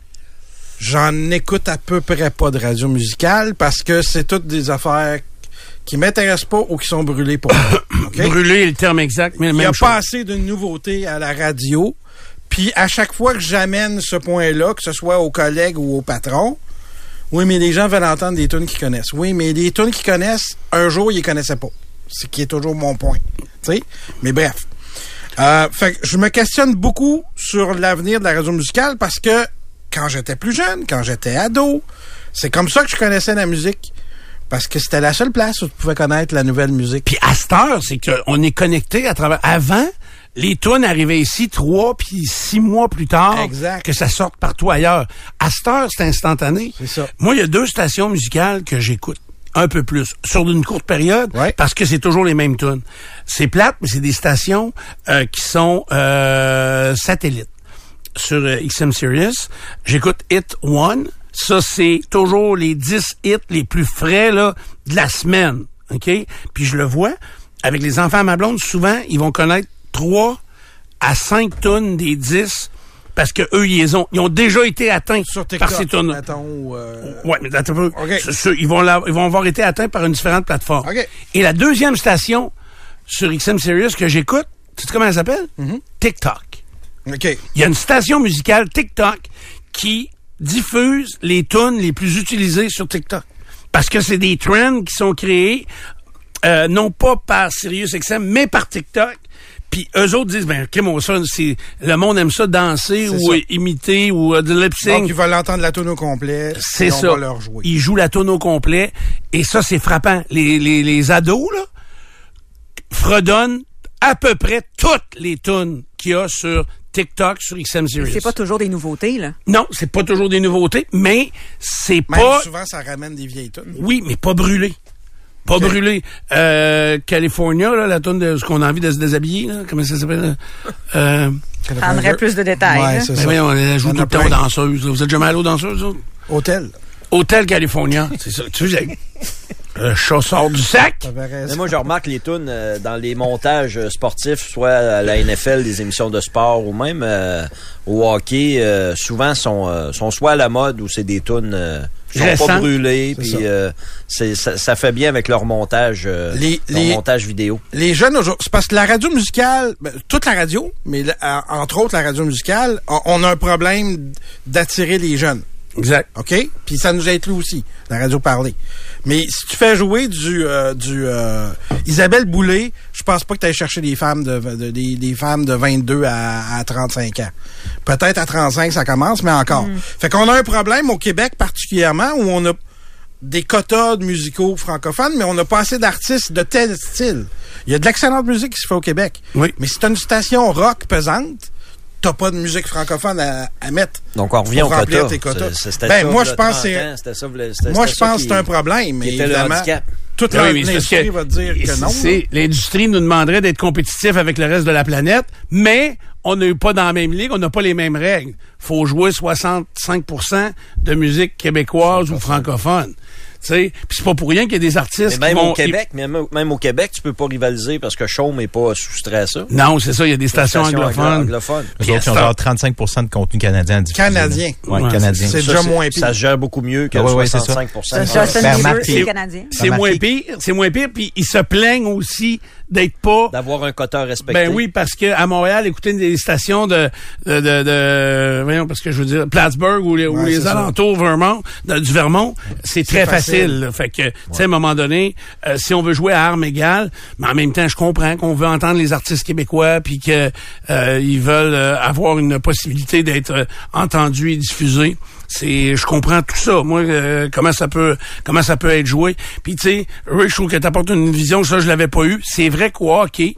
j'en écoute à peu près pas de radio musicale parce que c'est toutes des affaires qui m'intéressent pas ou qui sont brûlées pour moi. Okay? Brûlé est le terme exact, mais il y a chose. pas assez de nouveautés à la radio, puis à chaque fois que j'amène ce point-là, que ce soit aux collègues ou aux patrons, oui, mais les gens veulent entendre des tunes qu'ils connaissent. Oui, mais les tunes qu'ils connaissent, un jour, ils les connaissaient pas. C'est qui est toujours mon point. T'sais? Mais bref. Euh, fait que je me questionne beaucoup sur l'avenir de la radio musicale parce que quand j'étais plus jeune, quand j'étais ado, c'est comme ça que je connaissais la musique. Parce que c'était la seule place où tu pouvais connaître la nouvelle musique. Puis à cette heure, c'est qu'on est connecté à travers... Avant, les tunes arrivaient ici trois puis six mois plus tard exact. Que ça sorte partout ailleurs. À cette heure, c'est instantané. C'est ça. Moi, il y a deux stations musicales que j'écoute. Un peu plus, sur une courte période, ouais. Parce que c'est toujours les mêmes tunes. C'est plate, mais c'est des stations euh, qui sont euh, satellites. Sur euh, X M Sirius, j'écoute Hit One. Ça, c'est toujours les dix hits les plus frais là de la semaine, OK? Puis je le vois, avec les enfants à ma blonde, souvent, ils vont connaître trois à cinq tunes des dix parce que eux ils ont ils ont déjà été atteints sur TikTok, par ces tunes. Euh... Ouais, mais attends un peu. Okay. Ce, ce, ils vont la, ils vont avoir été atteints par une différente plateforme. Okay. Et la deuxième station sur X M Sirius que j'écoute, tu sais comment elle s'appelle? Mm-hmm. TikTok. OK. Il y a une station musicale TikTok qui diffuse les tunes les plus utilisées sur TikTok. Parce que c'est des trends qui sont créés euh, non pas par Sirius X M, mais par TikTok. Puis eux autres disent, ben, OK, mon ça, c'est, le monde aime ça danser c'est ou ça. Euh, imiter ou euh, de lip sync. Donc, ils veulent entendre la tune au complet. C'est on ça. Va leur jouer. Ils jouent la tune au complet. Et ça, c'est frappant. Les, les, les ados, là, fredonnent à peu près toutes les tunes qu'il y a sur TikTok, sur X M Sirius. C'est pas toujours des nouveautés, là. Non, c'est pas toujours des nouveautés, mais c'est Même pas... souvent, ça ramène des vieilles tunes. Oui, mais pas brûlé. Pas okay. brûlé. Euh, California, là, la tune de ce qu'on a envie de se déshabiller, là, comment ça s'appelle? Euh, Prendrait plus de détails. Ouais, là. c'est ben ça. oui, on la joue tout le temps aux danseuses. Vous êtes jamais allé aux danseuses, autres? Hôtel. Hôtel California, c'est ça. Tu sais, le chat sort du sac. Mais moi, je remarque les tunes euh, dans les montages euh, sportifs, soit à la N F L, des émissions de sport, ou même euh, au hockey, euh, souvent sont, euh, sont soit à la mode ou c'est des tunes euh, qui sont Récent. pas brûlées, puis euh, c'est, ça, ça fait bien avec leur montage, euh, les, leur les, montage vidéo. Les jeunes aujourd'hui, c'est parce que la radio musicale, ben, toute la radio, mais la, entre autres la radio musicale, on, on a un problème d'attirer les jeunes. Exact. OK? Puis ça nous inclut aussi, la radio parlée. Mais si tu fais jouer du euh, du euh, Isabelle Boulay, je pense pas que tu ailles chercher des femmes de, de des, des femmes de vingt-deux à, à trente-cinq ans. Peut-être à trente-cinq ça commence, mais encore. Mm. Fait qu'on a un problème au Québec particulièrement où on a des quotas de musicaux francophones, mais on n'a pas assez d'artistes de tel style. Il y a de l'excellente musique qui se fait au Québec. Oui. Mais si t'as une station rock pesante, t'as pas de musique francophone à, à mettre. Donc, on revient au quota. quota. Tes quotas. C'est, c'était ben, ça, moi, là, je pense que c'est, ans, c'était ça, c'était, moi, c'était je pense que qui, c'est un problème, mais évidemment, toute oui, l'industrie va te dire que non. C'est, l'industrie nous demanderait d'être compétitif avec le reste de la planète, mais on n'est pas dans la même ligue, on n'a pas les mêmes règles. Faut jouer soixante-cinq pour cent de musique québécoise ou francophone. Puis c'est pas pour rien qu'il y a des artistes mais même qui vont... au Québec, ils... même, même au Québec, tu peux pas rivaliser parce que Chaume n'est pas soustrait à ça. Non, c'est ça, il y a des stations, stations anglophones. anglophones. Les autres, ils ont genre trente-cinq pour cent de contenu canadien diffusé. Canadien. Oui, ouais, canadien. C'est, c'est ça, déjà c'est, moins pire. Ça se gère beaucoup mieux que ouais, le ouais, soixante-cinq pour cent. C'est ça, c'est c'est canadien. C'est moins pire, c'est moins pire, puis ils se plaignent aussi d'être pas... D'avoir un quota respecté. Ben oui, parce que à Montréal, écouter des stations de... de, de, de voyons, parce que je veux dire, Plattsburgh ou les, ouais, ou les alentours Vermont, de, du Vermont, c'est, c'est très facile. facile fait que, ouais. tu sais, à un moment donné, euh, si on veut jouer à armes égales, mais en même temps, je comprends qu'on veut entendre les artistes québécois, puis que euh, ils veulent euh, avoir une possibilité d'être euh, entendus et diffusés. C'est, je comprends tout ça. Moi, euh, comment ça peut, comment ça peut être joué. Puis tu sais, Ray, je trouve que t'apportes une vision, ça je l'avais pas eu. C'est vrai qu'au hockey,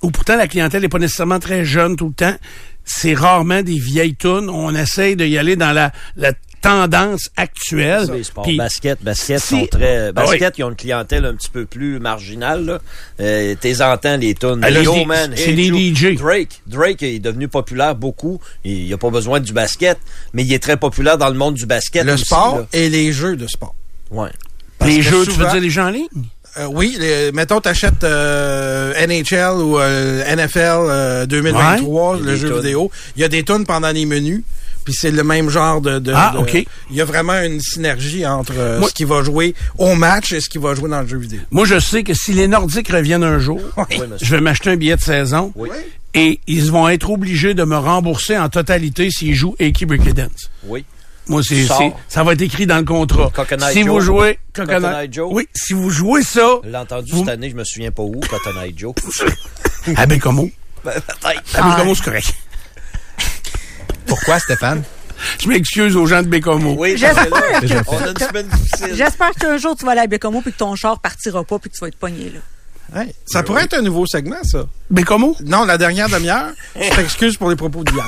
où pourtant la clientèle n'est pas nécessairement très jeune tout le temps, c'est rarement des vieilles tunes. On essaye d'y aller dans la, la tendance actuelle. Les sports Puis, basket, basket si- sont très... Basket, Ah oui. ils ont une clientèle un petit peu plus marginale, là. Euh, t'es entends les tunes. Ah, là, Yo, c'est- man, c'est hey, des Joe. D J. Drake. Drake est devenu populaire beaucoup. Il n'a pas besoin du basket, mais il est très populaire dans le monde du basket Le aussi, sport là. et les jeux de sport. Ouais. Parce les que jeux, tu souvent- veux dire les jeux en ligne? Euh, oui, les, mettons, t'achètes euh, N H L ou euh, N F L euh, deux mille vingt-trois, Ouais. Il y a le des jeu tunes. vidéo. Il y a des tunes pendant les menus, puis c'est le même genre de... de Ah, de- OK. Il y a vraiment une synergie entre euh, Moi- ce qui va jouer au match et ce qui va jouer dans le jeu vidéo. Moi, je sais que si les Nordiques reviennent un jour, Oui, monsieur. je vais m'acheter un billet de saison Oui. et ils vont être obligés de me rembourser en totalité s'ils jouent Eki Brickly Dance. Oui. Moi, c'est, Sors. c'est, ça va être écrit dans le contrat. Coconut si Joe. vous jouez Coconut Coconut Joe. Oui, si vous jouez ça, Je l'ai entendu Vous- cette année, je me souviens pas où, Cotton Eye Joe. à Bécomo. Ben, peut-être. À Bécomo, c'est correct. Pourquoi, Stéphane? Je m'excuse aux gens de Bécomo. Oui, J'espère parce que là, que- on a une semaine difficile. J'espère qu'un jour, tu vas aller à Bécomo puis que ton char partira pas puis que tu vas être pogné, là. Ouais. Ça pourrait être un nouveau segment, ça. Bécomo? Non, la dernière demi-heure, je t'excuse pour les propos d'hier.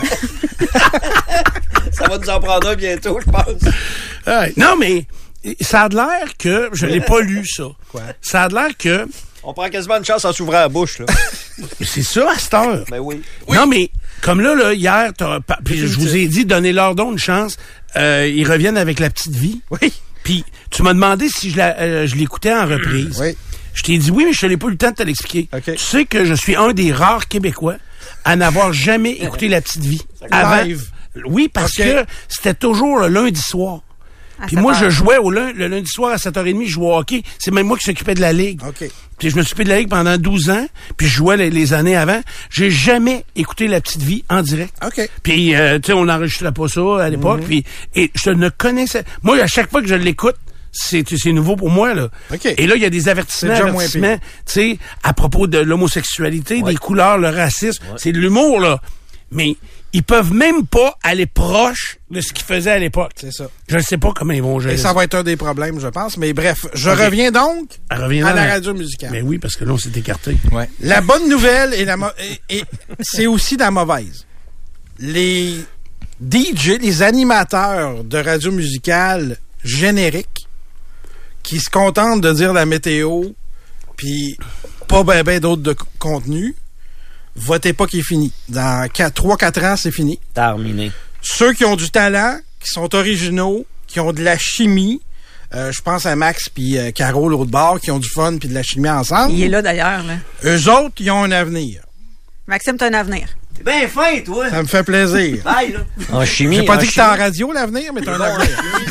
Ça va nous en prendre un bientôt, je pense. Ouais. Non, mais ça a de l'air que... Je l'ai pas lu, ça. Quoi? Ça a de l'air que... On prend quasiment une chance en s'ouvrant la bouche, là. C'est ça, à cette heure. Ben oui. Non, mais comme là, là hier, t'as- pa- puis je vous ai dit, donnez-leur donc une chance. Euh, ils reviennent avec La Petite Vie. Oui. Puis tu m'as demandé si je, la- euh, je l'écoutais en reprise. Oui. Je t'ai dit oui, mais je n'ai pas eu le temps de te l'expliquer. OK. Tu sais que je suis un des rares Québécois à n'avoir jamais écouté La Petite Vie. Live. Oui, parce OK. que c'était toujours le lundi soir. À Puis sept moi, je heures. jouais au lun- le lundi soir à sept heures trente, je jouais au hockey. C'est même moi qui s'occupais de la Ligue. OK. Puis je me suis occupé de la Ligue pendant douze ans, puis je jouais les, les années avant. J'ai jamais écouté La Petite Vie en direct. OK. Puis, euh, tu sais, on n'enregistrait pas ça à l'époque. Mhm. Puis, et je ne connaissais... Moi, à chaque fois que je l'écoute, c'est c'est nouveau pour moi, là. OK. Et là, il y a des avertissements, C'est déjà moins avertissements, tu sais, à propos de l'homosexualité, des couleurs, le racisme. C'est de l'humour, là. Mais ils peuvent même pas aller proche de ce qu'ils faisaient à l'époque. C'est ça. Je ne sais pas comment ils vont gérer Et ça va être un des problèmes, je pense. Mais bref, je OK. reviens donc Elle revient à dans la la- radio musicale. Mais oui, parce que là, on s'est écarté. Ouais. La bonne nouvelle et la mo- et, et c'est aussi la mauvaise. Les D J, les animateurs de radio musicale génériques qui se contentent de dire la météo puis pas ben ben d'autres de co- contenu, votre époque est finie. Dans trois quatre ans, c'est fini. Terminé. Ceux qui ont du talent, qui sont originaux, qui ont de la chimie, euh, je pense à Max puis euh, Caro l'autre bord, qui ont du fun puis de la chimie ensemble. Il est là, d'ailleurs, là. Eux autres, ils ont un avenir. Maxime, t'as un avenir. T'es bien fin, toi. Ça me fait plaisir. Bye, là. En chimie. J'ai pas en dit que t'es en chimie. radio, l'avenir, mais t'as un avenir.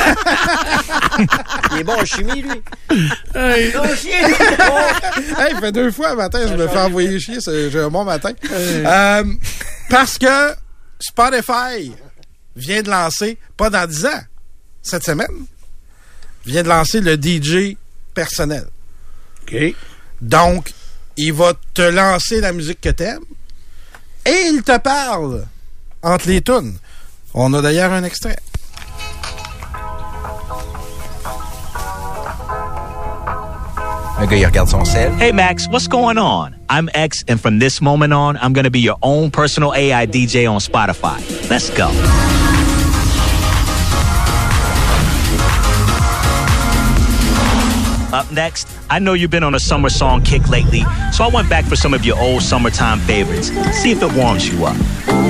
Il est bon en chimie, lui. Ton chien. Hey, il fait deux fois le matin, je me fais envoyer chier, c'est- j'ai un bon matin. Euh, parce que Spotify vient de lancer, pas dans dix ans, cette semaine, vient de lancer le D J personnel. OK. Donc, il va te lancer la musique que t'aimes et il te parle entre les tunes. On a d'ailleurs un extrait. Le gars, il regarde son sel. Hey Max, what's going on? I'm X, and from this moment on, I'm gonna be your own personal A I D J on Spotify. Let's go. Up next, I know you've been on a summer song kick lately, so I went back for some of your old summertime favorites. See if it warms you up.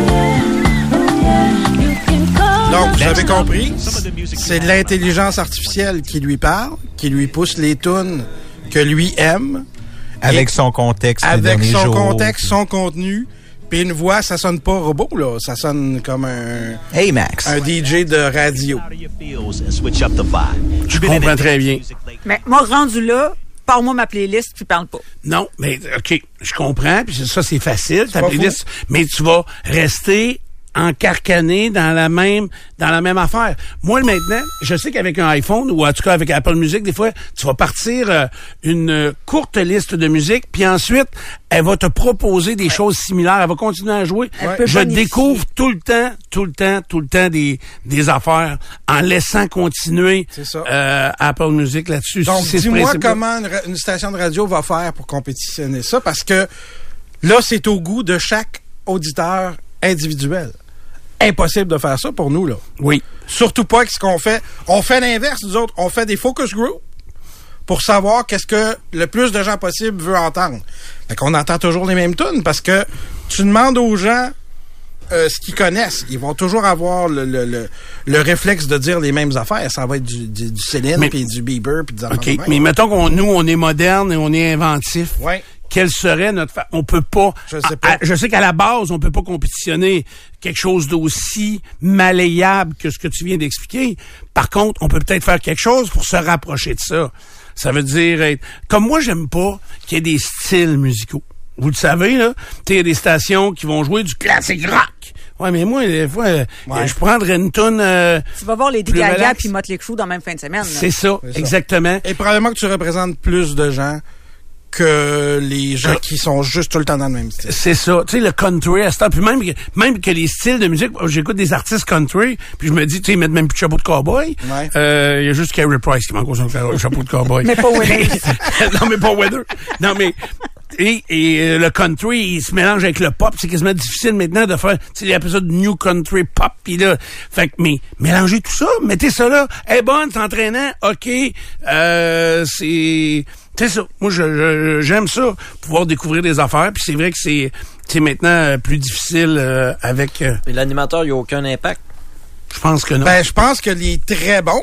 Donc, vous avez Next up, compris, some of the music c'est you l'intelligence artificielle qui lui parle, qui lui pousse les tunes que lui aime, Avec Et- son contexte des avec derniers son jours. contexte, son contenu, puis une voix, ça sonne pas robot, là, ça sonne comme un, Hey, Max. un D J de radio. out of your feels and switch up the vibe. Je comprends très bien. Mais moi, rendu là, parle-moi ma playlist puis parle pas. Non, mais OK, je comprends, puis ça, c'est facile, ta pas playlist, mais tu vas rester encarcané dans la même dans la même affaire. Moi, maintenant, je sais qu'avec un iPhone, ou en tout cas avec Apple Music, des fois, tu vas partir euh, une euh, courte liste de musique, puis ensuite, elle va te proposer des choses similaires. Elle va continuer à jouer. Elle peut Je bonifier. découvre tout le temps, tout le temps, tout le temps des, des affaires en laissant continuer C'est ça. euh, Apple Music là-dessus. Donc, C'est ce dis-moi principe-là. comment une, ra- une station de radio va faire pour compétitionner ça, parce que Là, c'est au goût de chaque auditeur individuel. Impossible de faire ça pour nous, là. Oui. Surtout pas avec ce qu'on fait. On fait l'inverse, nous autres. On fait des focus groups pour savoir qu'est-ce que le plus de gens possible veut entendre. Fait qu'on entend toujours les mêmes tunes parce que tu demandes aux gens euh, ce qu'ils connaissent. Ils vont toujours avoir le, le, le, le réflexe de dire les mêmes affaires. Ça va être du, du, du Céline, puis du Bieber, puis des affaires. OK, mais mettons qu'on nous, on est moderne et on est inventif. Ouais. Quelle serait notre... Fa- on peut pas... Je sais pas. À, à, je sais qu'à la base, on peut pas compétitionner quelque chose d'aussi malléable que ce que tu viens d'expliquer. Par contre, on peut peut-être faire quelque chose pour se rapprocher de ça. Ça veut dire être... Comme moi, j'aime pas qu'il y ait des styles musicaux. Vous le savez, là. Tu sais, il y a des stations qui vont jouer du classique rock. Ouais, mais moi, des fois, ouais. je prendrais une toune... Euh, tu vas voir les Gaga puis Motley Crue dans la même fin de semaine. C'est ça, c'est exactement. Ça. Et probablement que tu représentes plus de gens que les gens qui sont juste tout le temps dans le même style. C'est ça. Tu sais, le country, à ce temps, puis même, même que les styles de musique, j'écoute des artistes country, puis je me dis, tu sais, ils mettent même plus de chapeau de cowboy. Il ouais. euh, y a juste Carey Price qui manque son chapeau de cowboy. Mais pas Weather. Non, mais pas Weather. Non, mais... Et, et le country, il se mélange avec le pop. C'est quasiment difficile maintenant de faire, tu sais, il appelle ça de new country pop. Pis là, fait que, mais mélangez tout ça, mettez ça là. Elle est bonne, c'est entraînant, ok. Euh, c'est, c'est ça. Moi, je, je, j'aime ça, pouvoir découvrir des affaires. Puis c'est vrai que c'est, c'est maintenant plus difficile euh, avec. Euh, Mais l'animateur, il n'y a aucun impact. Je pense que non. Ben, je pense que les très bons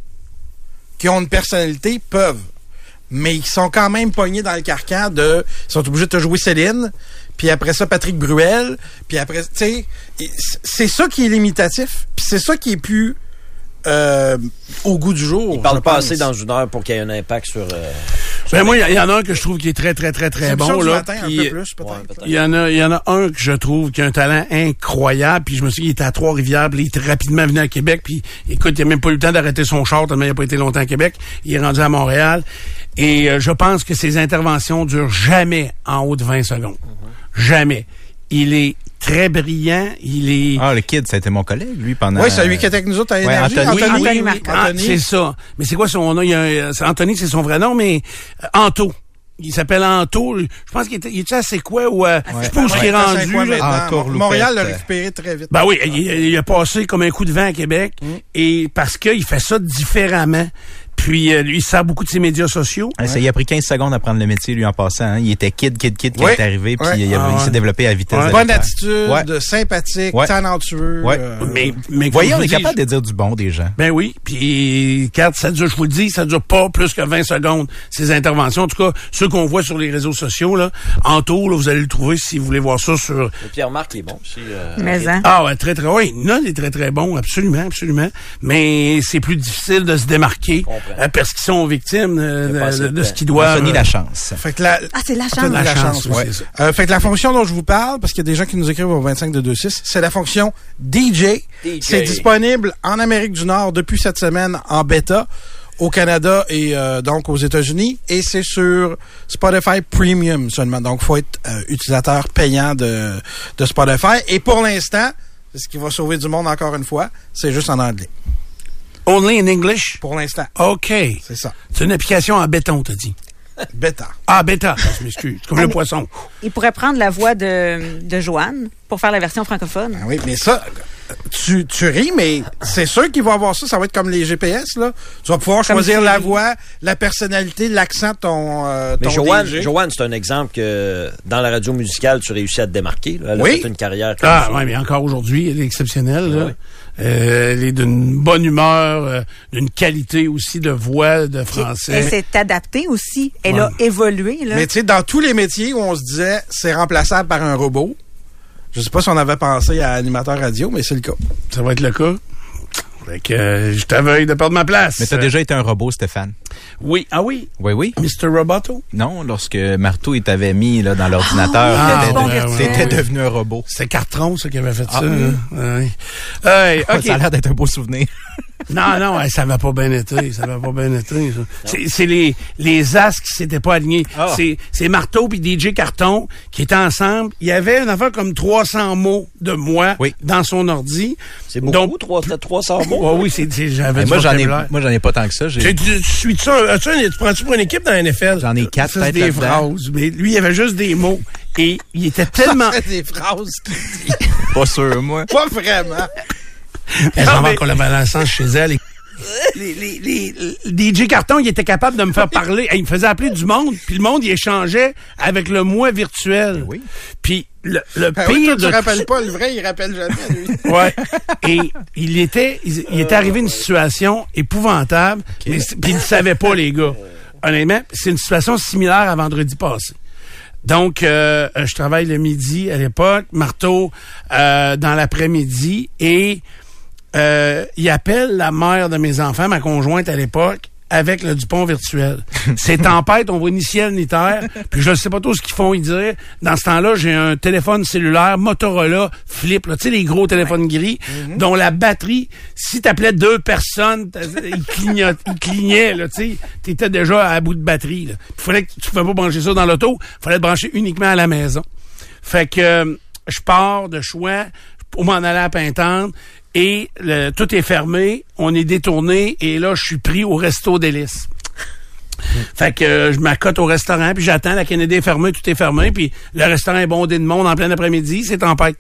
qui ont une personnalité peuvent. Mais ils sont quand même pognés dans le carcan de... Ils sont obligés de te jouer Céline, puis après ça, Patrick Bruel, puis après... Tu sais, c'est ça qui est limitatif, puis c'est ça qui est plus euh, au goût du jour. Il parle pas assez dans une heure pour qu'il y ait un impact sur... Euh, sur ben moi, il y, y en a un que je trouve qui est très, très, très, très bon. Là, matin, un peu plus, peut-être. Ouais, peut-être. Il y en a, il y en a un que je trouve qui a un talent incroyable, puis je me souviens, il était à Trois-Rivières, puis il est rapidement venu à Québec, puis écoute, il a même pas eu le temps d'arrêter son char, tellement il a pas été longtemps à Québec. Il est rendu à Montréal. Et euh, je pense que ses interventions durent jamais en haut de vingt secondes. Mm-hmm. Jamais. Il est très brillant. Il est... Ah, le kid, ça a été mon collègue, lui, pendant... Oui, c'est lui qui était avec nous autres à ouais, Énergie. Anthony. Anthony, Anthony, oui, Anthony. Ah, Anthony. c'est ça. Mais c'est quoi son nom? Il y a un, c'est Anthony, c'est son vrai nom, mais euh, Anto. Il s'appelle Anto. Je pense qu'il était, il était à C'est quoi ou euh, ouais. je sais pas où ouais, il est rendu. Quoi, là. Montréal l'a récupéré très vite. Ben oui, il, il a passé comme un coup de vent à Québec. Mm. Et parce qu'il fait ça différemment. Puis, euh, lui, il sert beaucoup de ses médias sociaux. Ouais. Ça, il a pris quinze secondes à prendre le métier, lui, en passant. Hein. Il était kid, kid, kid, qui ouais. est arrivé, puis ouais. il, ah, il ouais. s'est développé à vitesse. Ouais. Bonne attitude, ouais. sympathique, ouais. talentueux. Ouais. Euh, mais, mais voyez, on est dis, capable de dire du bon des gens. Ben oui. Puis, quand ça dure, je vous le dis, ça dure pas plus que vingt secondes, ces interventions. En tout cas, ceux qu'on voit sur les réseaux sociaux, là, en tour, là, vous allez le trouver si vous voulez voir ça sur... Et Pierre-Marc, il est bon aussi. Euh, mais hein. Ah ouais, très, très... Oui, non, il est très, très bon, absolument, absolument. Mais c'est plus difficile de se démarquer euh, parce qu'ils sont victimes euh, de, de, de ce qu'ils doivent... Sonny la chance. Fait que la... Ah, c'est la chance. La, la chance, chance ouais. c'est ça. Euh, fait que la fonction dont je vous parle, parce qu'il y a des gens qui nous écrivent au vingt-cinq deux deux six, c'est la fonction D J. D J. C'est disponible en Amérique du Nord depuis cette semaine en bêta, au Canada et euh, donc aux États-Unis, et c'est sur Spotify Premium seulement. Donc, il faut être euh, utilisateur payant de, de Spotify. Et pour l'instant, c'est ce qui va sauver du monde encore une fois, c'est juste en anglais. Only in English? Pour l'instant. OK. C'est ça. C'est une application en béton, t'as dit? Bêta. Ah, bêta, je m'excuse. C'est comme ah, le poisson. Il pourrait prendre la voix de, de Joanne pour faire la version francophone. Ah oui, mais ça, tu, tu ris, mais c'est sûr qu'il va avoir ça. Ça va être comme les G P S, là. Tu vas pouvoir comme choisir si... la voix, la personnalité, l'accent de ton, euh, ton mais Joanne, D J. Joanne, c'est un exemple que dans la radio musicale, tu réussis à te démarquer. Là. Elle oui. a fait une carrière comme Ah, ça. oui, mais encore aujourd'hui, elle est exceptionnelle. Là. Oui. Euh, elle est d'une bonne humeur, euh, d'une qualité aussi de voix, de français. Elle s'est adaptée aussi. Elle ouais. a évolué. Là. Mais tu sais, dans tous les métiers où on se disait c'est remplaçable par un robot, je sais pas si on avait pensé à animateur radio, mais c'est le cas. Ça va être le cas. Fait que euh, je t'aveugle de perdre ma place. Mais t'as déjà été un robot, Stéphane. Oui. Ah oui? Oui, oui. mister Roboto? Non, lorsque Marteau, il t'avait mis là, dans l'ordinateur, ah, t'étais, bon, de, ouais, t'étais ouais. devenu un robot. C'est Cartron, ça, qui avait fait ah, ça. Mmh. Ouais. Hey, okay. Ça a l'air d'être un beau souvenir. Non, non, ça va pas bien été. Ça va pas bien été. Ça. C'est, c'est les, les as qui s'étaient pas alignés. Oh. C'est, c'est Marteau puis D J Carton qui étaient ensemble. Il y avait une affaire comme trois cents mots de moi oui. dans son ordi. C'est beaucoup, donc, trois cents mots? Oh, oui, c'est, c'est, j'avais Et du moi, j'en ai, vocabulaire. moi, j'en ai pas tant que ça. J'ai... Tu, tu, tu suis-tu un, as-tu un, tu prends-tu pour une équipe dans la N F L? J'en ai quatre, ça, c'est peut-être, des là-dedans. phrases. Mais lui, il avait juste des mots. Et il était tellement... Ça, c'est des phrases qu'il dit. Pas sûr, moi. Pas vraiment. Elle s'en va qu'on l'avait à l'essence chez elle. Les, les, les, les D J Carton, il était capable de me faire parler. Il me faisait appeler du monde, puis le monde, il échangeait avec le moi virtuel. Oui. Puis le, le Ah pire oui, toi, de tu tout rappelles ça- pas le vrai, il rappelle jamais, lui. Ouais. Et il était, il, il était arrivé une situation épouvantable, mais c- puis il ne savait pas, les gars. Honnêtement, c'est une situation similaire à vendredi passé. Donc, euh, euh, je travaille le midi à l'époque, marteau euh, dans l'après-midi, et euh, il appelle la mère de mes enfants, ma conjointe à l'époque, avec le Dupont virtuel. C'est tempête, on voit ni ciel ni terre, puis je ne sais pas trop ce qu'ils font. Ils diraient, dans ce temps-là, j'ai un téléphone cellulaire Motorola Flip, là, tu sais, les gros téléphones gris, dont la batterie, si t'appelais deux personnes, t'as- il clignait, il clignait, là, tu sais, t'étais déjà à bout de batterie, là. Il fallait que tu pouvais pas brancher ça dans l'auto, il fallait te brancher uniquement à la maison. Fait que euh, je pars de choix pour m'en aller à Pintendre, et le, tout est fermé, on est détourné, et là, je suis pris au Resto Délice. Fait que euh, je m'accote au restaurant, puis j'attends, la Kennedy est fermée, tout est fermé, puis le restaurant est bondé de monde en plein après-midi, c'est tempête.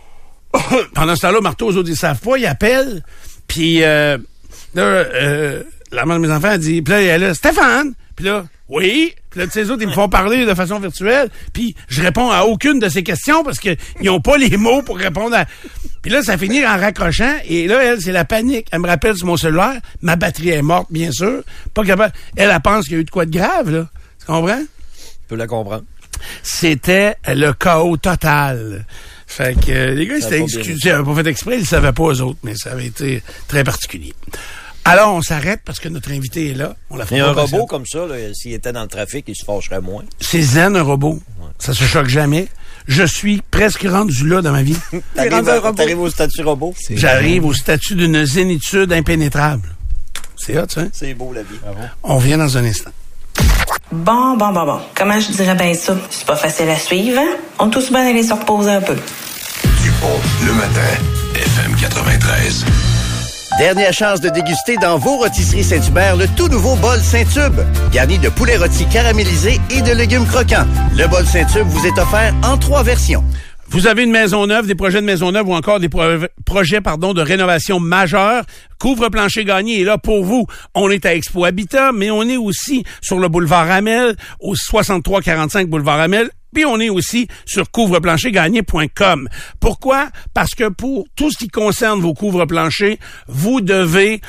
Pendant ce temps-là, Marteau, aux autres, ils savent pas, ils appellent, puis euh, là, euh, la mère de mes enfants, elle dit, puis là, elle est là, Stéphane, puis là, oui, puis là, tu sais, les autres, ils me font parler de façon virtuelle, puis je réponds à aucune de ces questions parce que ils ont pas les mots pour répondre à... Puis là, ça finit en raccrochant, et là, elle, c'est la panique. Elle me rappelle sur mon cellulaire, ma batterie est morte, bien sûr, pas capable... Elle, elle pense qu'il y a eu de quoi de grave, là. Tu comprends? Je peux la comprendre. C'était le chaos total. Fait que euh, les gars, ils Ça s'étaient a pas bien excusés, ils avaient pas fait exprès, ils ne savaient pas eux autres, mais ça avait été très particulier. Alors, on s'arrête parce que notre invité est là. On la Mais fera un pas robot passer. comme ça, là, s'il était dans le trafic, il se fâcherait moins. C'est zen, un robot. Ça se choque jamais. Je suis presque rendu là dans ma vie. T'arrives, rendu un à- robot. t'arrives au statut robot. J'arrive au statut d'une zénitude impénétrable. C'est hot, ça, hein? C'est beau, la vie. On vient dans un instant. Bon, bon, bon, bon. Comment je dirais bien ça? C'est pas facile à suivre, hein? On est tous bien d'aller se reposer un peu. Dupont, le matin, F M quatre-vingt-treize. Dernière chance de déguster dans vos rôtisseries Saint-Hubert le tout nouveau bol Saint-Tube, garni de poulet rôti caramélisé et de légumes croquants. Le bol Saint-Tube vous est offert en trois versions. Vous avez une maison neuve, des projets de maison neuve ou encore des pro- projets pardon de rénovation majeure. Couvre-plancher Gagné est là pour vous. On est à Expo Habitat, mais on est aussi sur le boulevard Hamel, au soixante-trois quarante-cinq boulevard Hamel. Puis on est aussi sur couvre plancher gagné point com. Pourquoi? Parce que pour tout ce qui concerne vos couvre-planchers, vous devez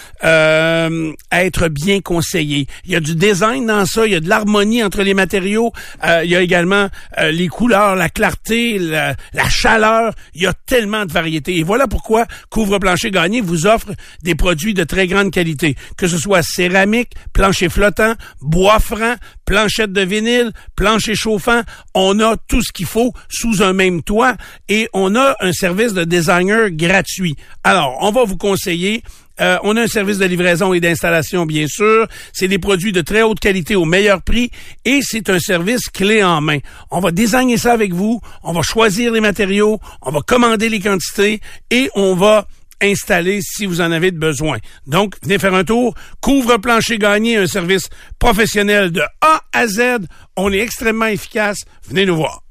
euh, être bien conseillé. Il y a du design dans ça, il y a de l'harmonie entre les matériaux, euh, il y a également euh, les couleurs, la clarté, la, la chaleur. Il y a tellement de variétés. Et voilà pourquoi Couvre-plancher Gagné vous offre des produits de très grande qualité, que ce soit céramique, plancher flottant, bois franc, planchette de vinyle, plancher chauffant. On a tout ce qu'il faut sous un même toit et on a un service de designer gratuit. Alors, on va vous conseiller. Euh, on a un service de livraison et d'installation, bien sûr. C'est des produits de très haute qualité au meilleur prix et c'est un service clé en main. On va designer ça avec vous, on va choisir les matériaux, on va commander les quantités et on va installer si vous en avez besoin. Donc, venez faire un tour. Couvre-plancher Gagné, un service professionnel de A à Z. On est extrêmement efficace. Venez nous voir.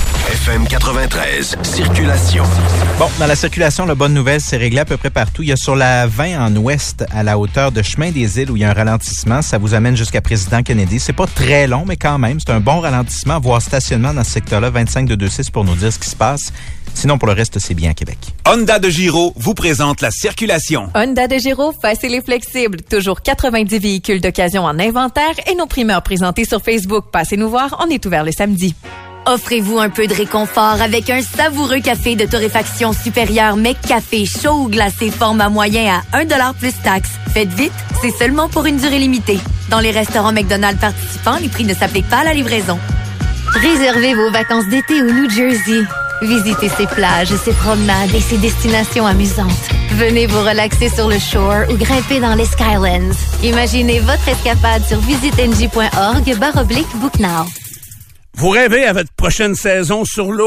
F M quatre-vingt-treize, circulation. Bon, dans la circulation, la bonne nouvelle, c'est réglé à peu près partout. Il y a sur la vingt en ouest, à la hauteur de Chemin des Îles, où il y a un ralentissement. Ça vous amène jusqu'à Président Kennedy. C'est pas très long, mais quand même, c'est un bon ralentissement, voire stationnement dans ce secteur-là. vingt-cinq deux vingt-six pour nous dire ce qui se passe. Sinon, pour le reste, c'est bien à Québec. Honda de Giro vous présente la circulation. Honda de Giro, facile et flexible. Toujours quatre-vingt-dix véhicules d'occasion en inventaire et nos primeurs présentés sur Facebook. Passez nous voir, on est ouvert le samedi. Offrez-vous un peu de réconfort avec un savoureux café de torréfaction supérieure McCafé chaud ou glacé format moyen à un dollar plus taxes. Faites vite, c'est seulement pour une durée limitée. Dans les restaurants McDonald's participants, les prix ne s'appliquent pas à la livraison. Réservez vos vacances d'été au New Jersey. Visitez ses plages, ses promenades et ses destinations amusantes. Venez vous relaxer sur le shore ou grimper dans les Skylands. Imaginez votre escapade sur visiteng point org barre oblique book now. Vous rêvez à votre prochaine saison sur l'eau?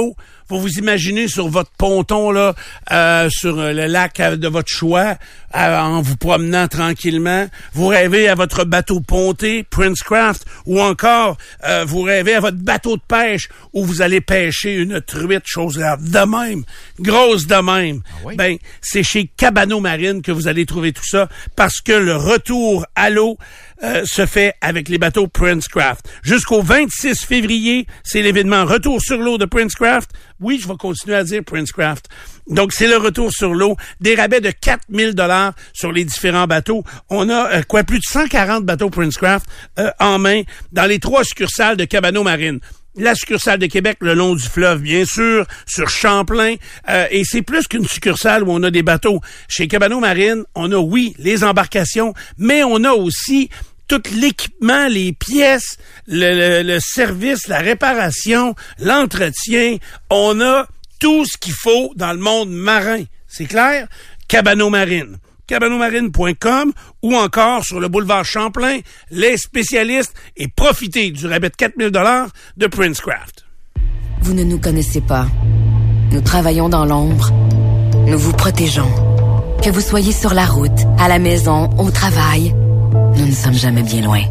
vous vous imaginez sur votre ponton, là, euh, sur le lac de votre choix, euh, en vous promenant tranquillement. Vous rêvez à votre bateau ponté, Princecraft, ou encore, euh, vous rêvez à votre bateau de pêche où vous allez pêcher une truite, chose là, de même, grosse de même. Ah oui? Ben, c'est chez Cabano Marine que vous allez trouver tout ça, parce que le retour à l'eau euh, se fait avec les bateaux Princecraft. Jusqu'au vingt-six février, c'est l'événement Retour sur l'eau de Princecraft. Oui, je vais continuer à dire Princecraft. Donc, c'est le retour sur l'eau. Des rabais de quatre mille dollars sur les différents bateaux. On a, euh, quoi, plus de cent quarante bateaux Princecraft euh, en main dans les trois succursales de Cabano Marine. La succursale de Québec, le long du fleuve, bien sûr, sur Champlain. Euh, et c'est plus qu'une succursale où on a des bateaux. Chez Cabano Marine, on a, oui, les embarcations, mais on a aussi tout l'équipement, les pièces, le, le, le service, la réparation, l'entretien. On a tout ce qu'il faut dans le monde marin. C'est clair? Cabano Marine. cabano marine point com ou encore sur le boulevard Champlain, les spécialistes, et profitez du rabais de quatre mille dollars de Princecraft. Vous ne nous connaissez pas. Nous travaillons dans l'ombre. Nous vous protégeons. Que vous soyez sur la route, à la maison, au travail, nous ne sommes jamais bien loin.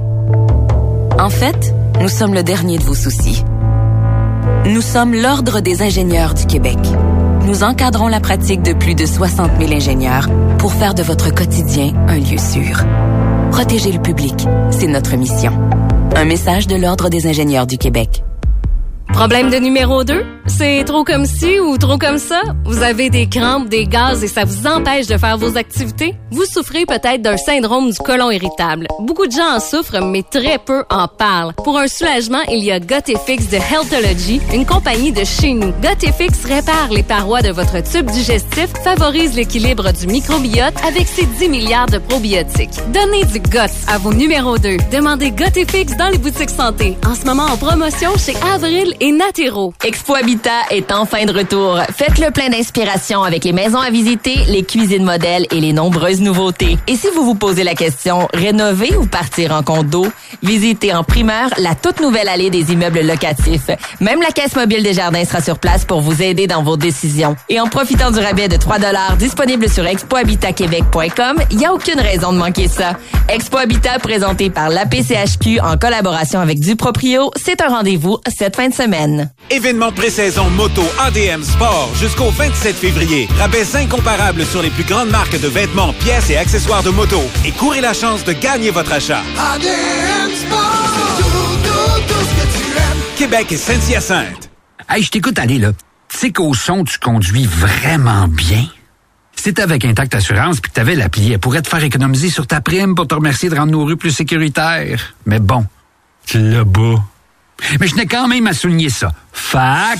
En fait, nous sommes le dernier de vos soucis. Nous sommes l'Ordre des ingénieurs du Québec. Nous encadrons la pratique de plus de soixante mille ingénieurs pour faire de votre quotidien un lieu sûr. Protéger le public, c'est notre mission. Un message de l'Ordre des ingénieurs du Québec. Problème de numéro deux? C'est trop comme ci ou trop comme ça? Vous avez des crampes, des gaz et ça vous empêche de faire vos activités? Vous souffrez peut-être d'un syndrome du côlon irritable. Beaucoup de gens en souffrent, mais très peu en parlent. Pour un soulagement, il y a Gotifix de Healthology, une compagnie de chez nous. Gotifix répare les parois de votre tube digestif, favorise l'équilibre du microbiote avec ses dix milliards de probiotiques. Donnez du Got à vos numéros deux. Demandez Gotifix dans les boutiques santé. En ce moment en promotion chez Avril et Natero. Expo Habitat est enfin de retour. Faites le plein d'inspiration avec les maisons à visiter, les cuisines modèles et les nombreuses nouveautés. Et si vous vous posez la question, rénover ou partir en condo? Visitez en primeur la toute nouvelle allée des immeubles locatifs. Même la Caisse mobile des jardins sera sur place pour vous aider dans vos décisions. Et en profitant du rabais de trois dollars disponible sur expo habitat québec point com, il n'y a aucune raison de manquer ça. Expo Habitat présenté par l'A P C H Q en collaboration avec Duproprio, c'est un rendez-vous cette fin de semaine. Événement de pré-saison moto A D M Sport jusqu'au vingt-sept février. Rabais incomparables sur les plus grandes marques de vêtements, pièces et accessoires de moto. Et courez la chance de gagner votre achat. A D M Sport, c'est tout, tout, tout ce que tu aimes. Québec et Saint-Hyacinthe. Hey, je t'écoute aller, là. Tu sais qu'au son, tu conduis vraiment bien. Si t'étais avec Intact Assurance puis que t'avais l'appli, elle pourrait te faire économiser sur ta prime pour te remercier de rendre nos rues plus sécuritaires. Mais bon, tu l'as bas. Mais je n'ai quand même à souligner ça. Fac.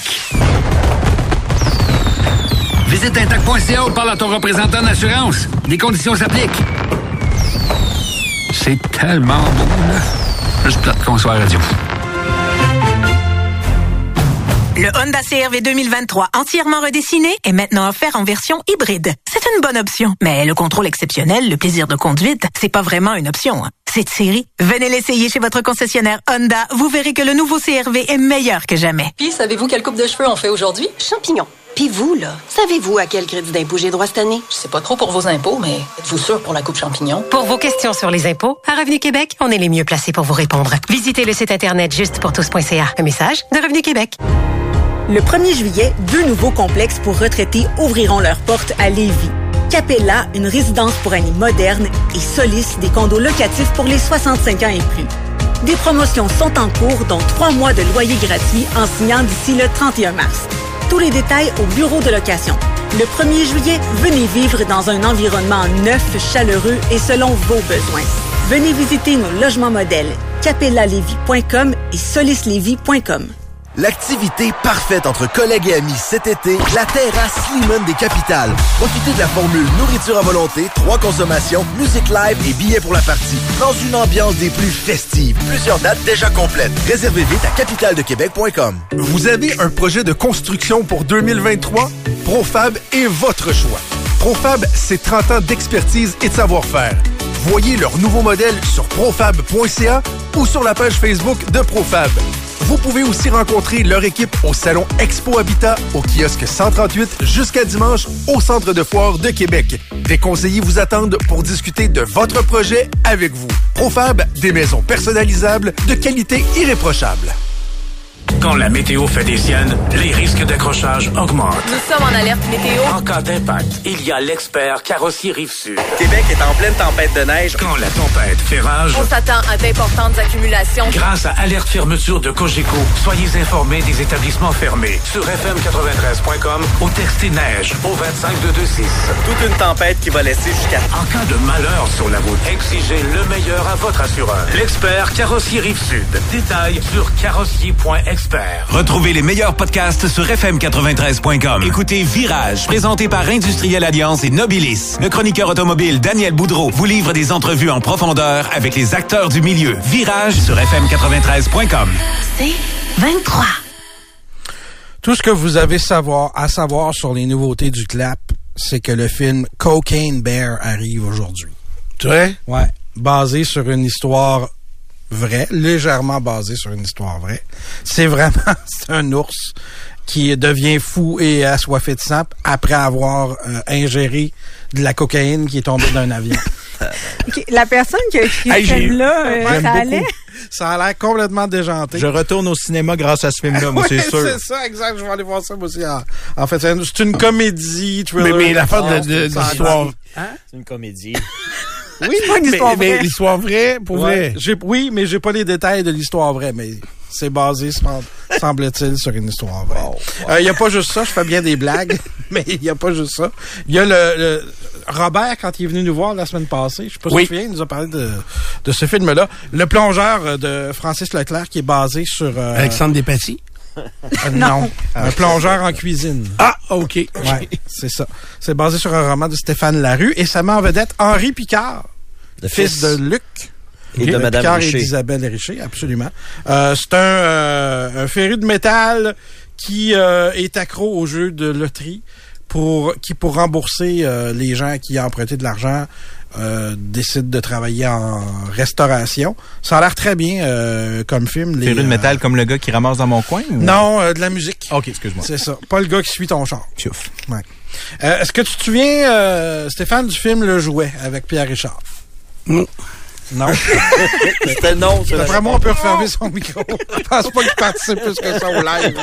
Visite intact point c a ou parle à ton représentant d'assurance. Les conditions s'appliquent. C'est tellement beau, là. Juste plate qu'on soit à la radio. Le Honda C R V deux mille vingt-trois entièrement redessiné est maintenant offert en version hybride. C'est une bonne option, mais le contrôle exceptionnel, le plaisir de conduite, c'est pas vraiment une option. Hein. Cette série, venez l'essayer chez votre concessionnaire Honda. Vous verrez que le nouveau C R V est meilleur que jamais. Puis, savez-vous quelle coupe de cheveux on fait aujourd'hui? Champignons. Puis vous, là, savez-vous à quel crédit d'impôt j'ai droit cette année? Je sais pas trop pour vos impôts, mais êtes-vous sûr pour la coupe champignon? Pour vos questions sur les impôts, à Revenu Québec, on est les mieux placés pour vous répondre. Visitez le site internet juste pour tous point c a. Un message de Revenu Québec. Le premier juillet, deux nouveaux complexes pour retraités ouvriront leurs portes à Lévis. Capella, une résidence pour aînés moderne, et Solis, des condos locatifs pour les soixante-cinq ans et plus. Des promotions sont en cours, dont trois mois de loyer gratuit en signant d'ici le trente et un mars. Tous les détails au bureau de location. Le premier juillet, venez vivre dans un environnement neuf, chaleureux et selon vos besoins. Venez visiter nos logements modèles, capella lévis point com et solis lévis point com. L'activité parfaite entre collègues et amis cet été, la terrasse Slimane des Capitales. Profitez de la formule nourriture à volonté, trois consommations, musique live et billets pour la partie. Dans une ambiance des plus festives. Plusieurs dates déjà complètes. Réservez vite à capitale de québec point com. Vous avez un projet de construction pour deux mille vingt-trois? Profab est votre choix. Profab, c'est trente ans d'expertise et de savoir-faire. Voyez leur nouveau modèle sur profab point c a ou sur la page Facebook de Profab. Vous pouvez aussi rencontrer leur équipe au Salon Expo Habitat, au kiosque cent trente-huit, jusqu'à dimanche, au Centre de foire de Québec. Des conseillers vous attendent pour discuter de votre projet avec vous. Profab, des maisons personnalisables de qualité irréprochable. Quand la météo fait des siennes, les risques d'accrochage augmentent. Nous sommes en alerte météo. En cas d'impact, il y a l'expert carrossier Rive-Sud. Québec est en pleine tempête de neige. Quand la tempête fait rage, on s'attend à d'importantes accumulations. Grâce à Alerte Fermeture de Cogeco, soyez informés des établissements fermés sur F M quatre-vingt-treize point com ou textez neige au vingt-cinq deux deux six. Toute une tempête qui va laisser jusqu'à... En cas de malheur sur la route, exigez le meilleur à votre assureur. L'expert carrossier Rive-Sud. Détails sur carrossier point expert. Retrouvez les meilleurs podcasts sur F M quatre-vingt-treize point com. Écoutez Virage, présenté par Industriel Alliance et Nobilis. Le chroniqueur automobile Daniel Boudreau vous livre des entrevues en profondeur avec les acteurs du milieu. Virage sur F M quatre-vingt-treize point com. C'est vingt-trois. Tout ce que vous avez savoir, à savoir sur les nouveautés du clap, c'est que le film Cocaine Bear arrive aujourd'hui. Tu vois? Ouais. Basé sur une histoire vrai, légèrement basé sur une histoire vraie. C'est vraiment, c'est un ours qui devient fou et assoiffé de sang après avoir euh, ingéré de la cocaïne qui est tombée d'un avion. Okay. La personne qui a écrit hey, ce film-là, euh, ça allait? Ça a l'air complètement déjanté. Je retourne au cinéma grâce à ce film-là, moi, oui, c'est sûr. C'est ça, exact. Je vais aller voir ça, moi aussi. En, en fait, c'est une, c'est une comédie, thriller. Mais, mais la fin de, de, de l'histoire... Hein? C'est une comédie. Oui, c'est pas une histoire mais, vraie. Mais l'histoire vraie, pour ouais. vrai. J'ai, oui, mais j'ai pas les détails de l'histoire vraie, mais c'est basé, semble-t-il, sur une histoire vraie. Il wow, wow. euh, y a pas juste ça, je fais bien des blagues, mais il y a pas juste ça. Il y a le, le Robert, quand il est venu nous voir la semaine passée, je sais pas si oui. tu te souviens, il nous a parlé de, de ce film-là. Le plongeur de Francis Leclerc, qui est basé sur... Euh, Alexandre Despatie? Euh, non, un plongeur en cuisine. Ah, OK. Ouais, c'est ça. C'est basé sur un roman de Stéphane Larue et ça met en vedette Henri Picard, le fils, fils de Luc. Et de Madame Picard Richer. Et d'Isabelle Richer, absolument. Euh, c'est un, euh, un féru de métal qui euh, est accro au jeu de loterie pour qui, pour rembourser euh, les gens qui ont emprunté de l'argent, euh, décide de travailler en restauration. Ça a l'air très bien euh, comme film. Féru de euh, métal comme le gars qui ramasse dans mon coin? Ou... Non, euh, de la musique. OK, excuse-moi. C'est ça. Pas le gars qui suit ton char. Piouf. Ouais. Euh, est-ce que tu te souviens, euh, Stéphane, du film Le Jouet avec Pierre Richard? Non. Non. C'était non. D'après moi, on peut refermer son micro. Je pense pas qu'il participe plus que ça au live.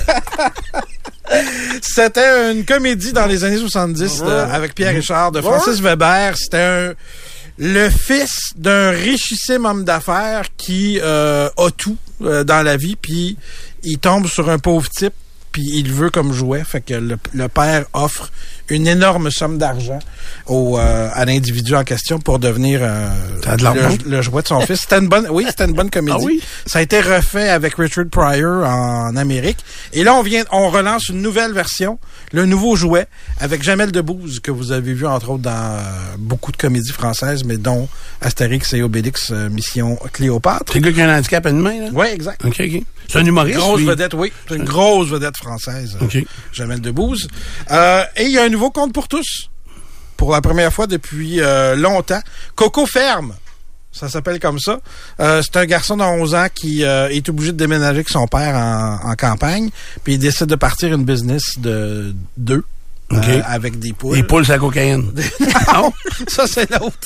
C'était une comédie dans les années soixante-dix de, avec Pierre Richard de Francis Weber. C'était un, le fils d'un richissime homme d'affaires qui euh, a tout euh, dans la vie, puis il tombe sur un pauvre type, puis il veut comme jouet. Fait que le, le père offre une énorme somme d'argent au, euh, à l'individu en question pour devenir euh, le, le jouet de son fils. C'était une bonne, oui, c'était une bonne comédie. Ah oui? Ça a été refait avec Richard Pryor en Amérique. Et là, on vient, on relance une nouvelle version, le nouveau jouet, avec Jamel Debbouze, que vous avez vu entre autres dans euh, beaucoup de comédies françaises, mais dont Astérix et Obélix, euh, Mission Cléopâtre. C'est le gars qui a un handicap à une main, là? Oui, exact. OK, OK. C'est un humoriste? Grosse oui. vedette, oui. C'est une grosse vedette française. OK. Jamel Debbouze. Euh, et il y a un nouveau conte pour tous. Pour la première fois depuis euh, longtemps. Coco Ferme. Ça s'appelle comme ça. Euh, c'est un garçon de onze ans qui euh, est obligé de déménager avec son père en, en campagne. Puis il décide de partir une business de deux. Okay. Euh, avec des poules. Des poules, c'est la cocaïne. Non, ça c'est l'autre.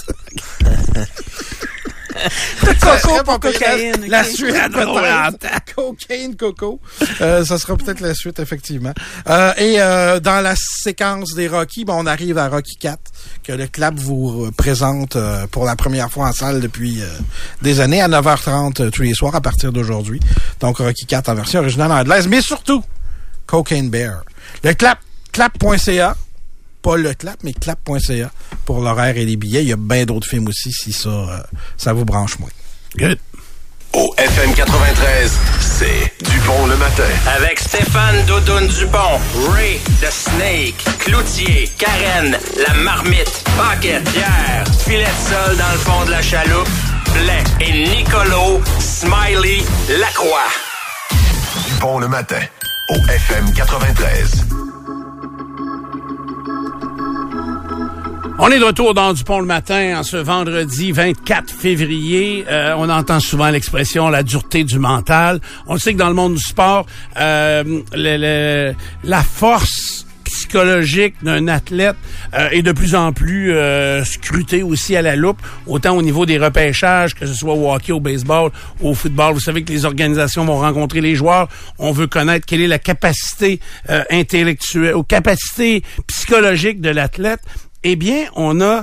Coco pour cocaïne. La, la suite, peut-être. Cocaine, coco. Euh, ça sera peut-être la suite, effectivement. Euh, et euh, dans la séquence des Rocky, ben, on arrive à Rocky quatre, que le Clap vous présente euh, pour la première fois en salle depuis euh, des années, à neuf heures trente euh, tous les soirs à partir d'aujourd'hui. Donc Rocky quatre en version originale anglaise, mais surtout Cocaine Bear. Le Clap, clap point c a. Pas le Clap, mais clap point c a pour l'horaire et les billets. Il y a bien d'autres films aussi si ça, euh, ça vous branche moins. Good. Au F M quatre-vingt-treize, c'est Dupont le matin. Avec Stéphane Doudoune Dupont, Ray the Snake, Cloutier, Karen, la Marmite, Paquette, Pierre, Filet de sol dans le fond de la chaloupe, Blais et Nicolo, Smiley, Lacroix. Dupont le matin, au F M quatre-vingt-treize. On est de retour dans Dupont le matin en ce vendredi vingt-quatre février. Euh, on entend souvent l'expression la dureté du mental. On sait que dans le monde du sport, euh, le, le, la force psychologique d'un athlète euh, est de plus en plus euh, scrutée aussi à la loupe, autant au niveau des repêchages, que ce soit au hockey, au baseball, au football. Vous savez que les organisations vont rencontrer les joueurs. On veut connaître quelle est la capacité euh, intellectuelle, ou capacité psychologique de l'athlète. Eh bien, on a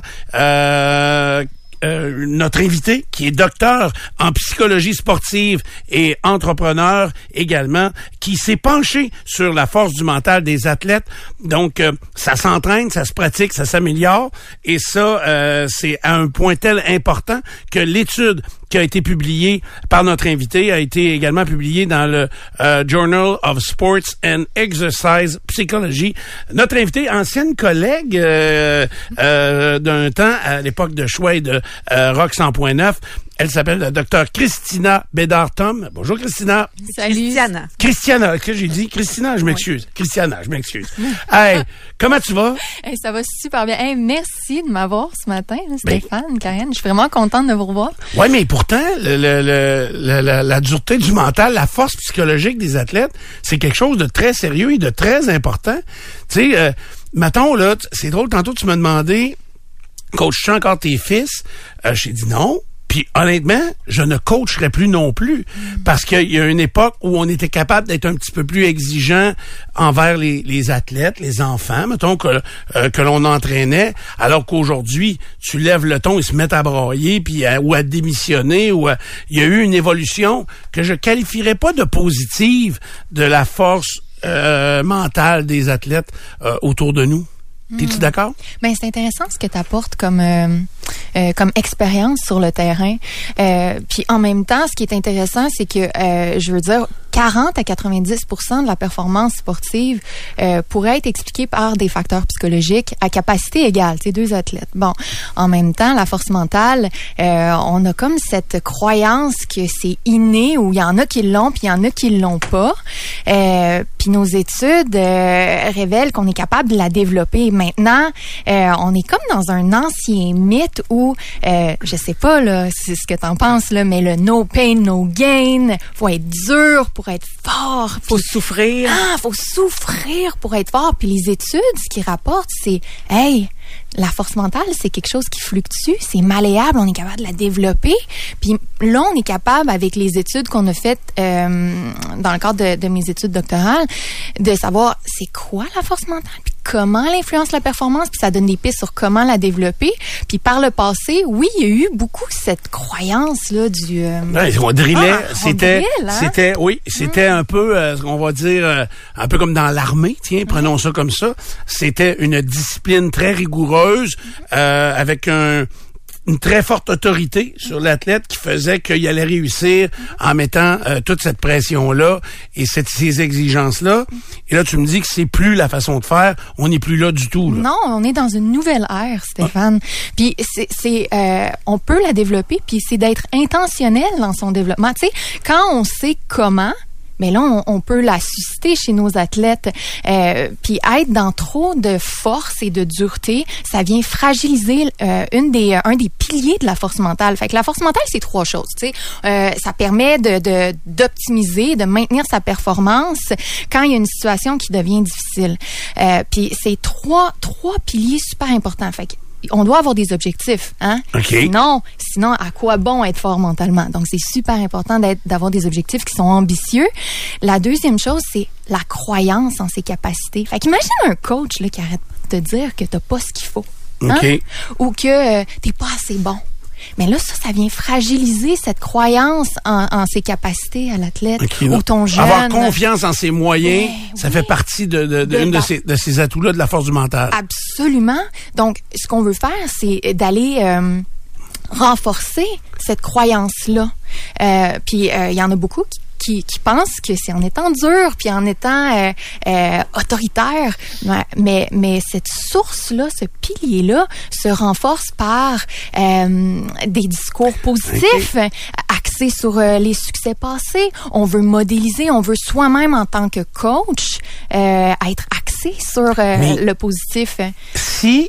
euh, euh, notre invité qui est docteur en psychologie sportive et entrepreneur également, qui s'est penché sur la force du mental des athlètes. Donc, euh, ça s'entraîne, ça se pratique, ça s'améliore. Et ça, euh, c'est à un point tel important que l'étude qui a été publiée par notre invité a été également publiée dans le euh, Journal of Sports and Exercise Psychology. Notre invité, ancienne collègue euh, euh, d'un temps à l'époque de Choix et de euh, Rock cent point neuf, elle s'appelle la docteur Christina Bédard-Tom. Bonjour, Christina. Salut. Christiana. Christiana, que j'ai dit? Christina, je m'excuse. Oui. Christiana, je m'excuse. Hey, comment tu vas? Hey, ça va super bien. Hey, merci de m'avoir ce matin, là, Stéphane, ben, Karen. Je suis vraiment contente de vous revoir. Oui, mais pourtant, le, le, le, le, la, la dureté du mental, la force psychologique des athlètes, c'est quelque chose de très sérieux et de très important. Tu sais, euh, mettons, là, c'est drôle, tantôt tu m'as demandé, coaches-tu encore tes fils? Euh, j'ai dit non. Puis honnêtement, je ne coacherais plus non plus, parce qu'il y a une époque où on était capable d'être un petit peu plus exigeant envers les, les athlètes, les enfants, mettons, que, euh, que l'on entraînait, alors qu'aujourd'hui, tu lèves le ton, ils se mettent à brailler, puis à, ou à démissionner, ou à, il y a eu une évolution que je qualifierais pas de positive de la force euh, mentale des athlètes euh, autour de nous. T'es-tu d'accord? Ben, c'est intéressant ce que tu apportes comme euh, euh, comme expérience sur le terrain. Euh, puis en même temps, ce qui est intéressant, c'est que euh, je veux dire, quarante à quatre-vingt-dix pour cent de la performance sportive euh, pourrait être expliquée par des facteurs psychologiques à capacité égale, tu sais, deux athlètes. Bon, en même temps, la force mentale, euh, on a comme cette croyance que c'est inné, où il y en a qui l'ont, puis il y en a qui l'ont pas. Euh, puis nos études euh, révèlent qu'on est capable de la développer. Maintenant, euh, on est comme dans un ancien mythe où, euh, je sais pas là, c'est ce que t'en penses là, mais le no pain no gain, faut être dur pour être fort, faut puis, souffrir. Ah, faut souffrir pour être fort. Puis les études, ce qu'ils rapportent, c'est, hey, la force mentale, c'est quelque chose qui fluctue, c'est malléable, on est capable de la développer. Puis là, on est capable, avec les études qu'on a faites euh, dans le cadre de, de mes études doctorales, de savoir c'est quoi la force mentale, puis comment elle influence la performance, puis ça donne des pistes sur comment la développer. Puis par le passé, oui, il y a eu beaucoup cette croyance-là du... Euh, ouais, on drillait, ah, c'était, on drill, hein? c'était, oui, c'était mmh. un peu, euh, on va dire, euh, un peu comme dans l'armée, tiens, prenons mmh. ça comme ça. C'était une discipline très rigoureuse, euh, avec un... une très forte autorité sur l'athlète qui faisait qu'il allait réussir en mettant euh, toute cette pression-là et cette, ces exigences-là. Et là, tu me dis que c'est plus la façon de faire. On n'est plus là du tout. Là. Non, on est dans une nouvelle ère, Stéphane. Ah. Puis c'est, c'est euh, on peut la développer, puis c'est d'être intentionnel dans son développement. Tu sais, quand on sait comment, mais là, on, on peut la susciter chez nos athlètes. Euh, puis être dans trop de force et de dureté, ça vient fragiliser euh, une des, un des piliers de la force mentale. Fait que la force mentale, c'est trois choses. Tu sais, euh, ça permet de, de d'optimiser, de maintenir sa performance quand il y a une situation qui devient difficile. Euh, puis c'est trois trois piliers super importants. Fait que on doit avoir des objectifs, hein? Okay. Sinon, sinon, à quoi bon être fort mentalement? Donc, c'est super important d'être, d'avoir des objectifs qui sont ambitieux. La deuxième chose, c'est la croyance en ses capacités. Fait qu'imagine un coach, là, qui arrête de te dire que t'as pas ce qu'il faut. Hein? Okay. Ou que euh, t'es pas assez bon. Mais là, ça, ça vient fragiliser cette croyance en, en ses capacités à l'athlète okay, ou ton jeune. Avoir confiance en ses moyens, ouais, ça oui. fait partie de, de, de, de, une de, ces, de ces atouts-là de la force du mental. Absolument. Donc, ce qu'on veut faire, c'est d'aller euh, renforcer cette croyance-là. Euh, puis, il euh, y en a beaucoup qui Qui, qui pensent que c'est en étant dur puis en étant euh, euh, autoritaire, mais mais cette source-là, ce pilier-là, se renforce par euh, des discours positifs, okay. axés sur euh, les succès passés. On veut modéliser, on veut soi-même en tant que coach euh, être axé sur euh, le positif. Si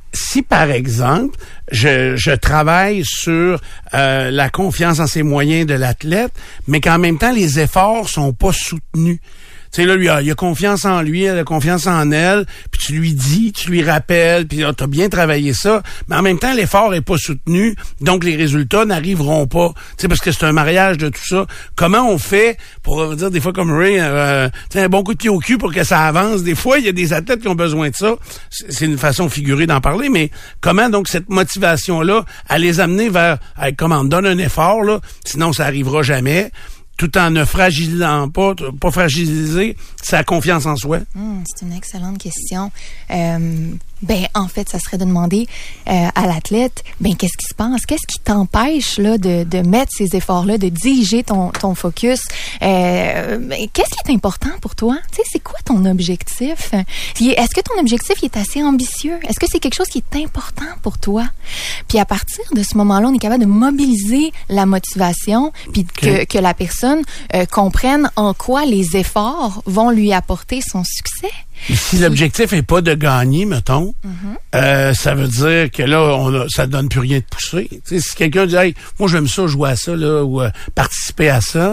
si par exemple, je, je travaille sur euh, la confiance en ses moyens de l'athlète, mais qu'en même temps, les efforts sont pas soutenus. Tu sais, là, lui, il a, il a confiance en lui, elle a confiance en elle, puis tu lui dis, tu lui rappelles, puis tu as bien travaillé ça, mais en même temps, l'effort est pas soutenu, donc les résultats n'arriveront pas. Tu sais, parce que c'est un mariage de tout ça. Comment on fait, pour dire des fois comme Ray, euh, tu sais, un bon coup de pied au cul pour que ça avance? Des fois, il y a des athlètes qui ont besoin de ça. C'est une façon figurée d'en parler, mais comment donc cette motivation-là, à les amener vers, hey, comment on donne un effort, là, sinon ça arrivera jamais, tout en ne fragilisant pas, pas fragiliser sa confiance en soi? Mmh, c'est une excellente question. Euh, ben, en fait, ça serait de demander euh, à l'athlète, ben, qu'est-ce qui se passe? Qu'est-ce qui t'empêche là de, de mettre ces efforts-là, de diriger ton, ton focus? Euh, ben, qu'est-ce qui est important pour toi? Tu sais, c'est quoi ton objectif? Est-ce que ton objectif il est assez ambitieux? Est-ce que c'est quelque chose qui est important pour toi? Puis à partir de ce moment-là, on est capable de mobiliser la motivation, puis okay. que, que la personne euh, comprenne en quoi les efforts vont lui apporter son succès. Et si l'objectif est pas de gagner, mettons, mm-hmm. euh, ça veut dire que là, on a, ça donne plus rien de poussé. Tu sais, si quelqu'un dit, hey, moi j'aime ça, jouer à ça, là, ou euh, participer à ça,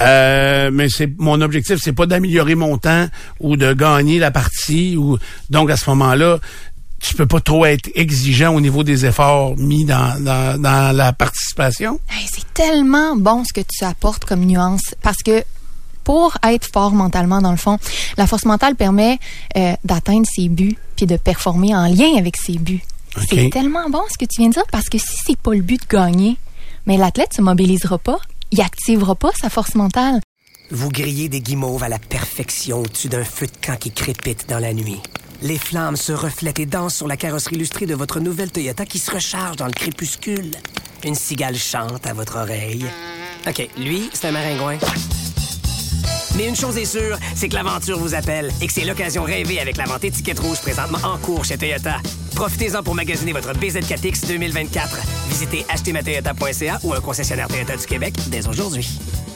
euh, mais c'est mon objectif, c'est pas d'améliorer mon temps ou de gagner la partie, ou donc à ce moment-là, tu peux pas trop être exigeant au niveau des efforts mis dans, dans, dans la participation. Hey, c'est tellement bon ce que tu apportes comme nuance, parce que pour être fort mentalement, dans le fond, la force mentale permet euh, d'atteindre ses buts puis de performer en lien avec ses buts. Okay. C'est tellement bon ce que tu viens de dire, parce que si c'est pas le but de gagner, mais l'athlète se mobilisera pas, il activera pas sa force mentale. Vous grillez des guimauves à la perfection au-dessus d'un feu de camp qui crépite dans la nuit. Les flammes se reflètent et dansent sur la carrosserie illustrée de votre nouvelle Toyota qui se recharge dans le crépuscule. Une cigale chante à votre oreille. OK, lui, c'est un maringouin. Mais une chose est sûre, c'est que l'aventure vous appelle et que c'est l'occasion rêvée avec la vente étiquette rouge présentement en cours chez Toyota. Profitez-en pour magasiner votre B Z quatre X deux mille vingt-quatre. Visitez acheter ma toyota point c a ou un concessionnaire Toyota du Québec dès aujourd'hui.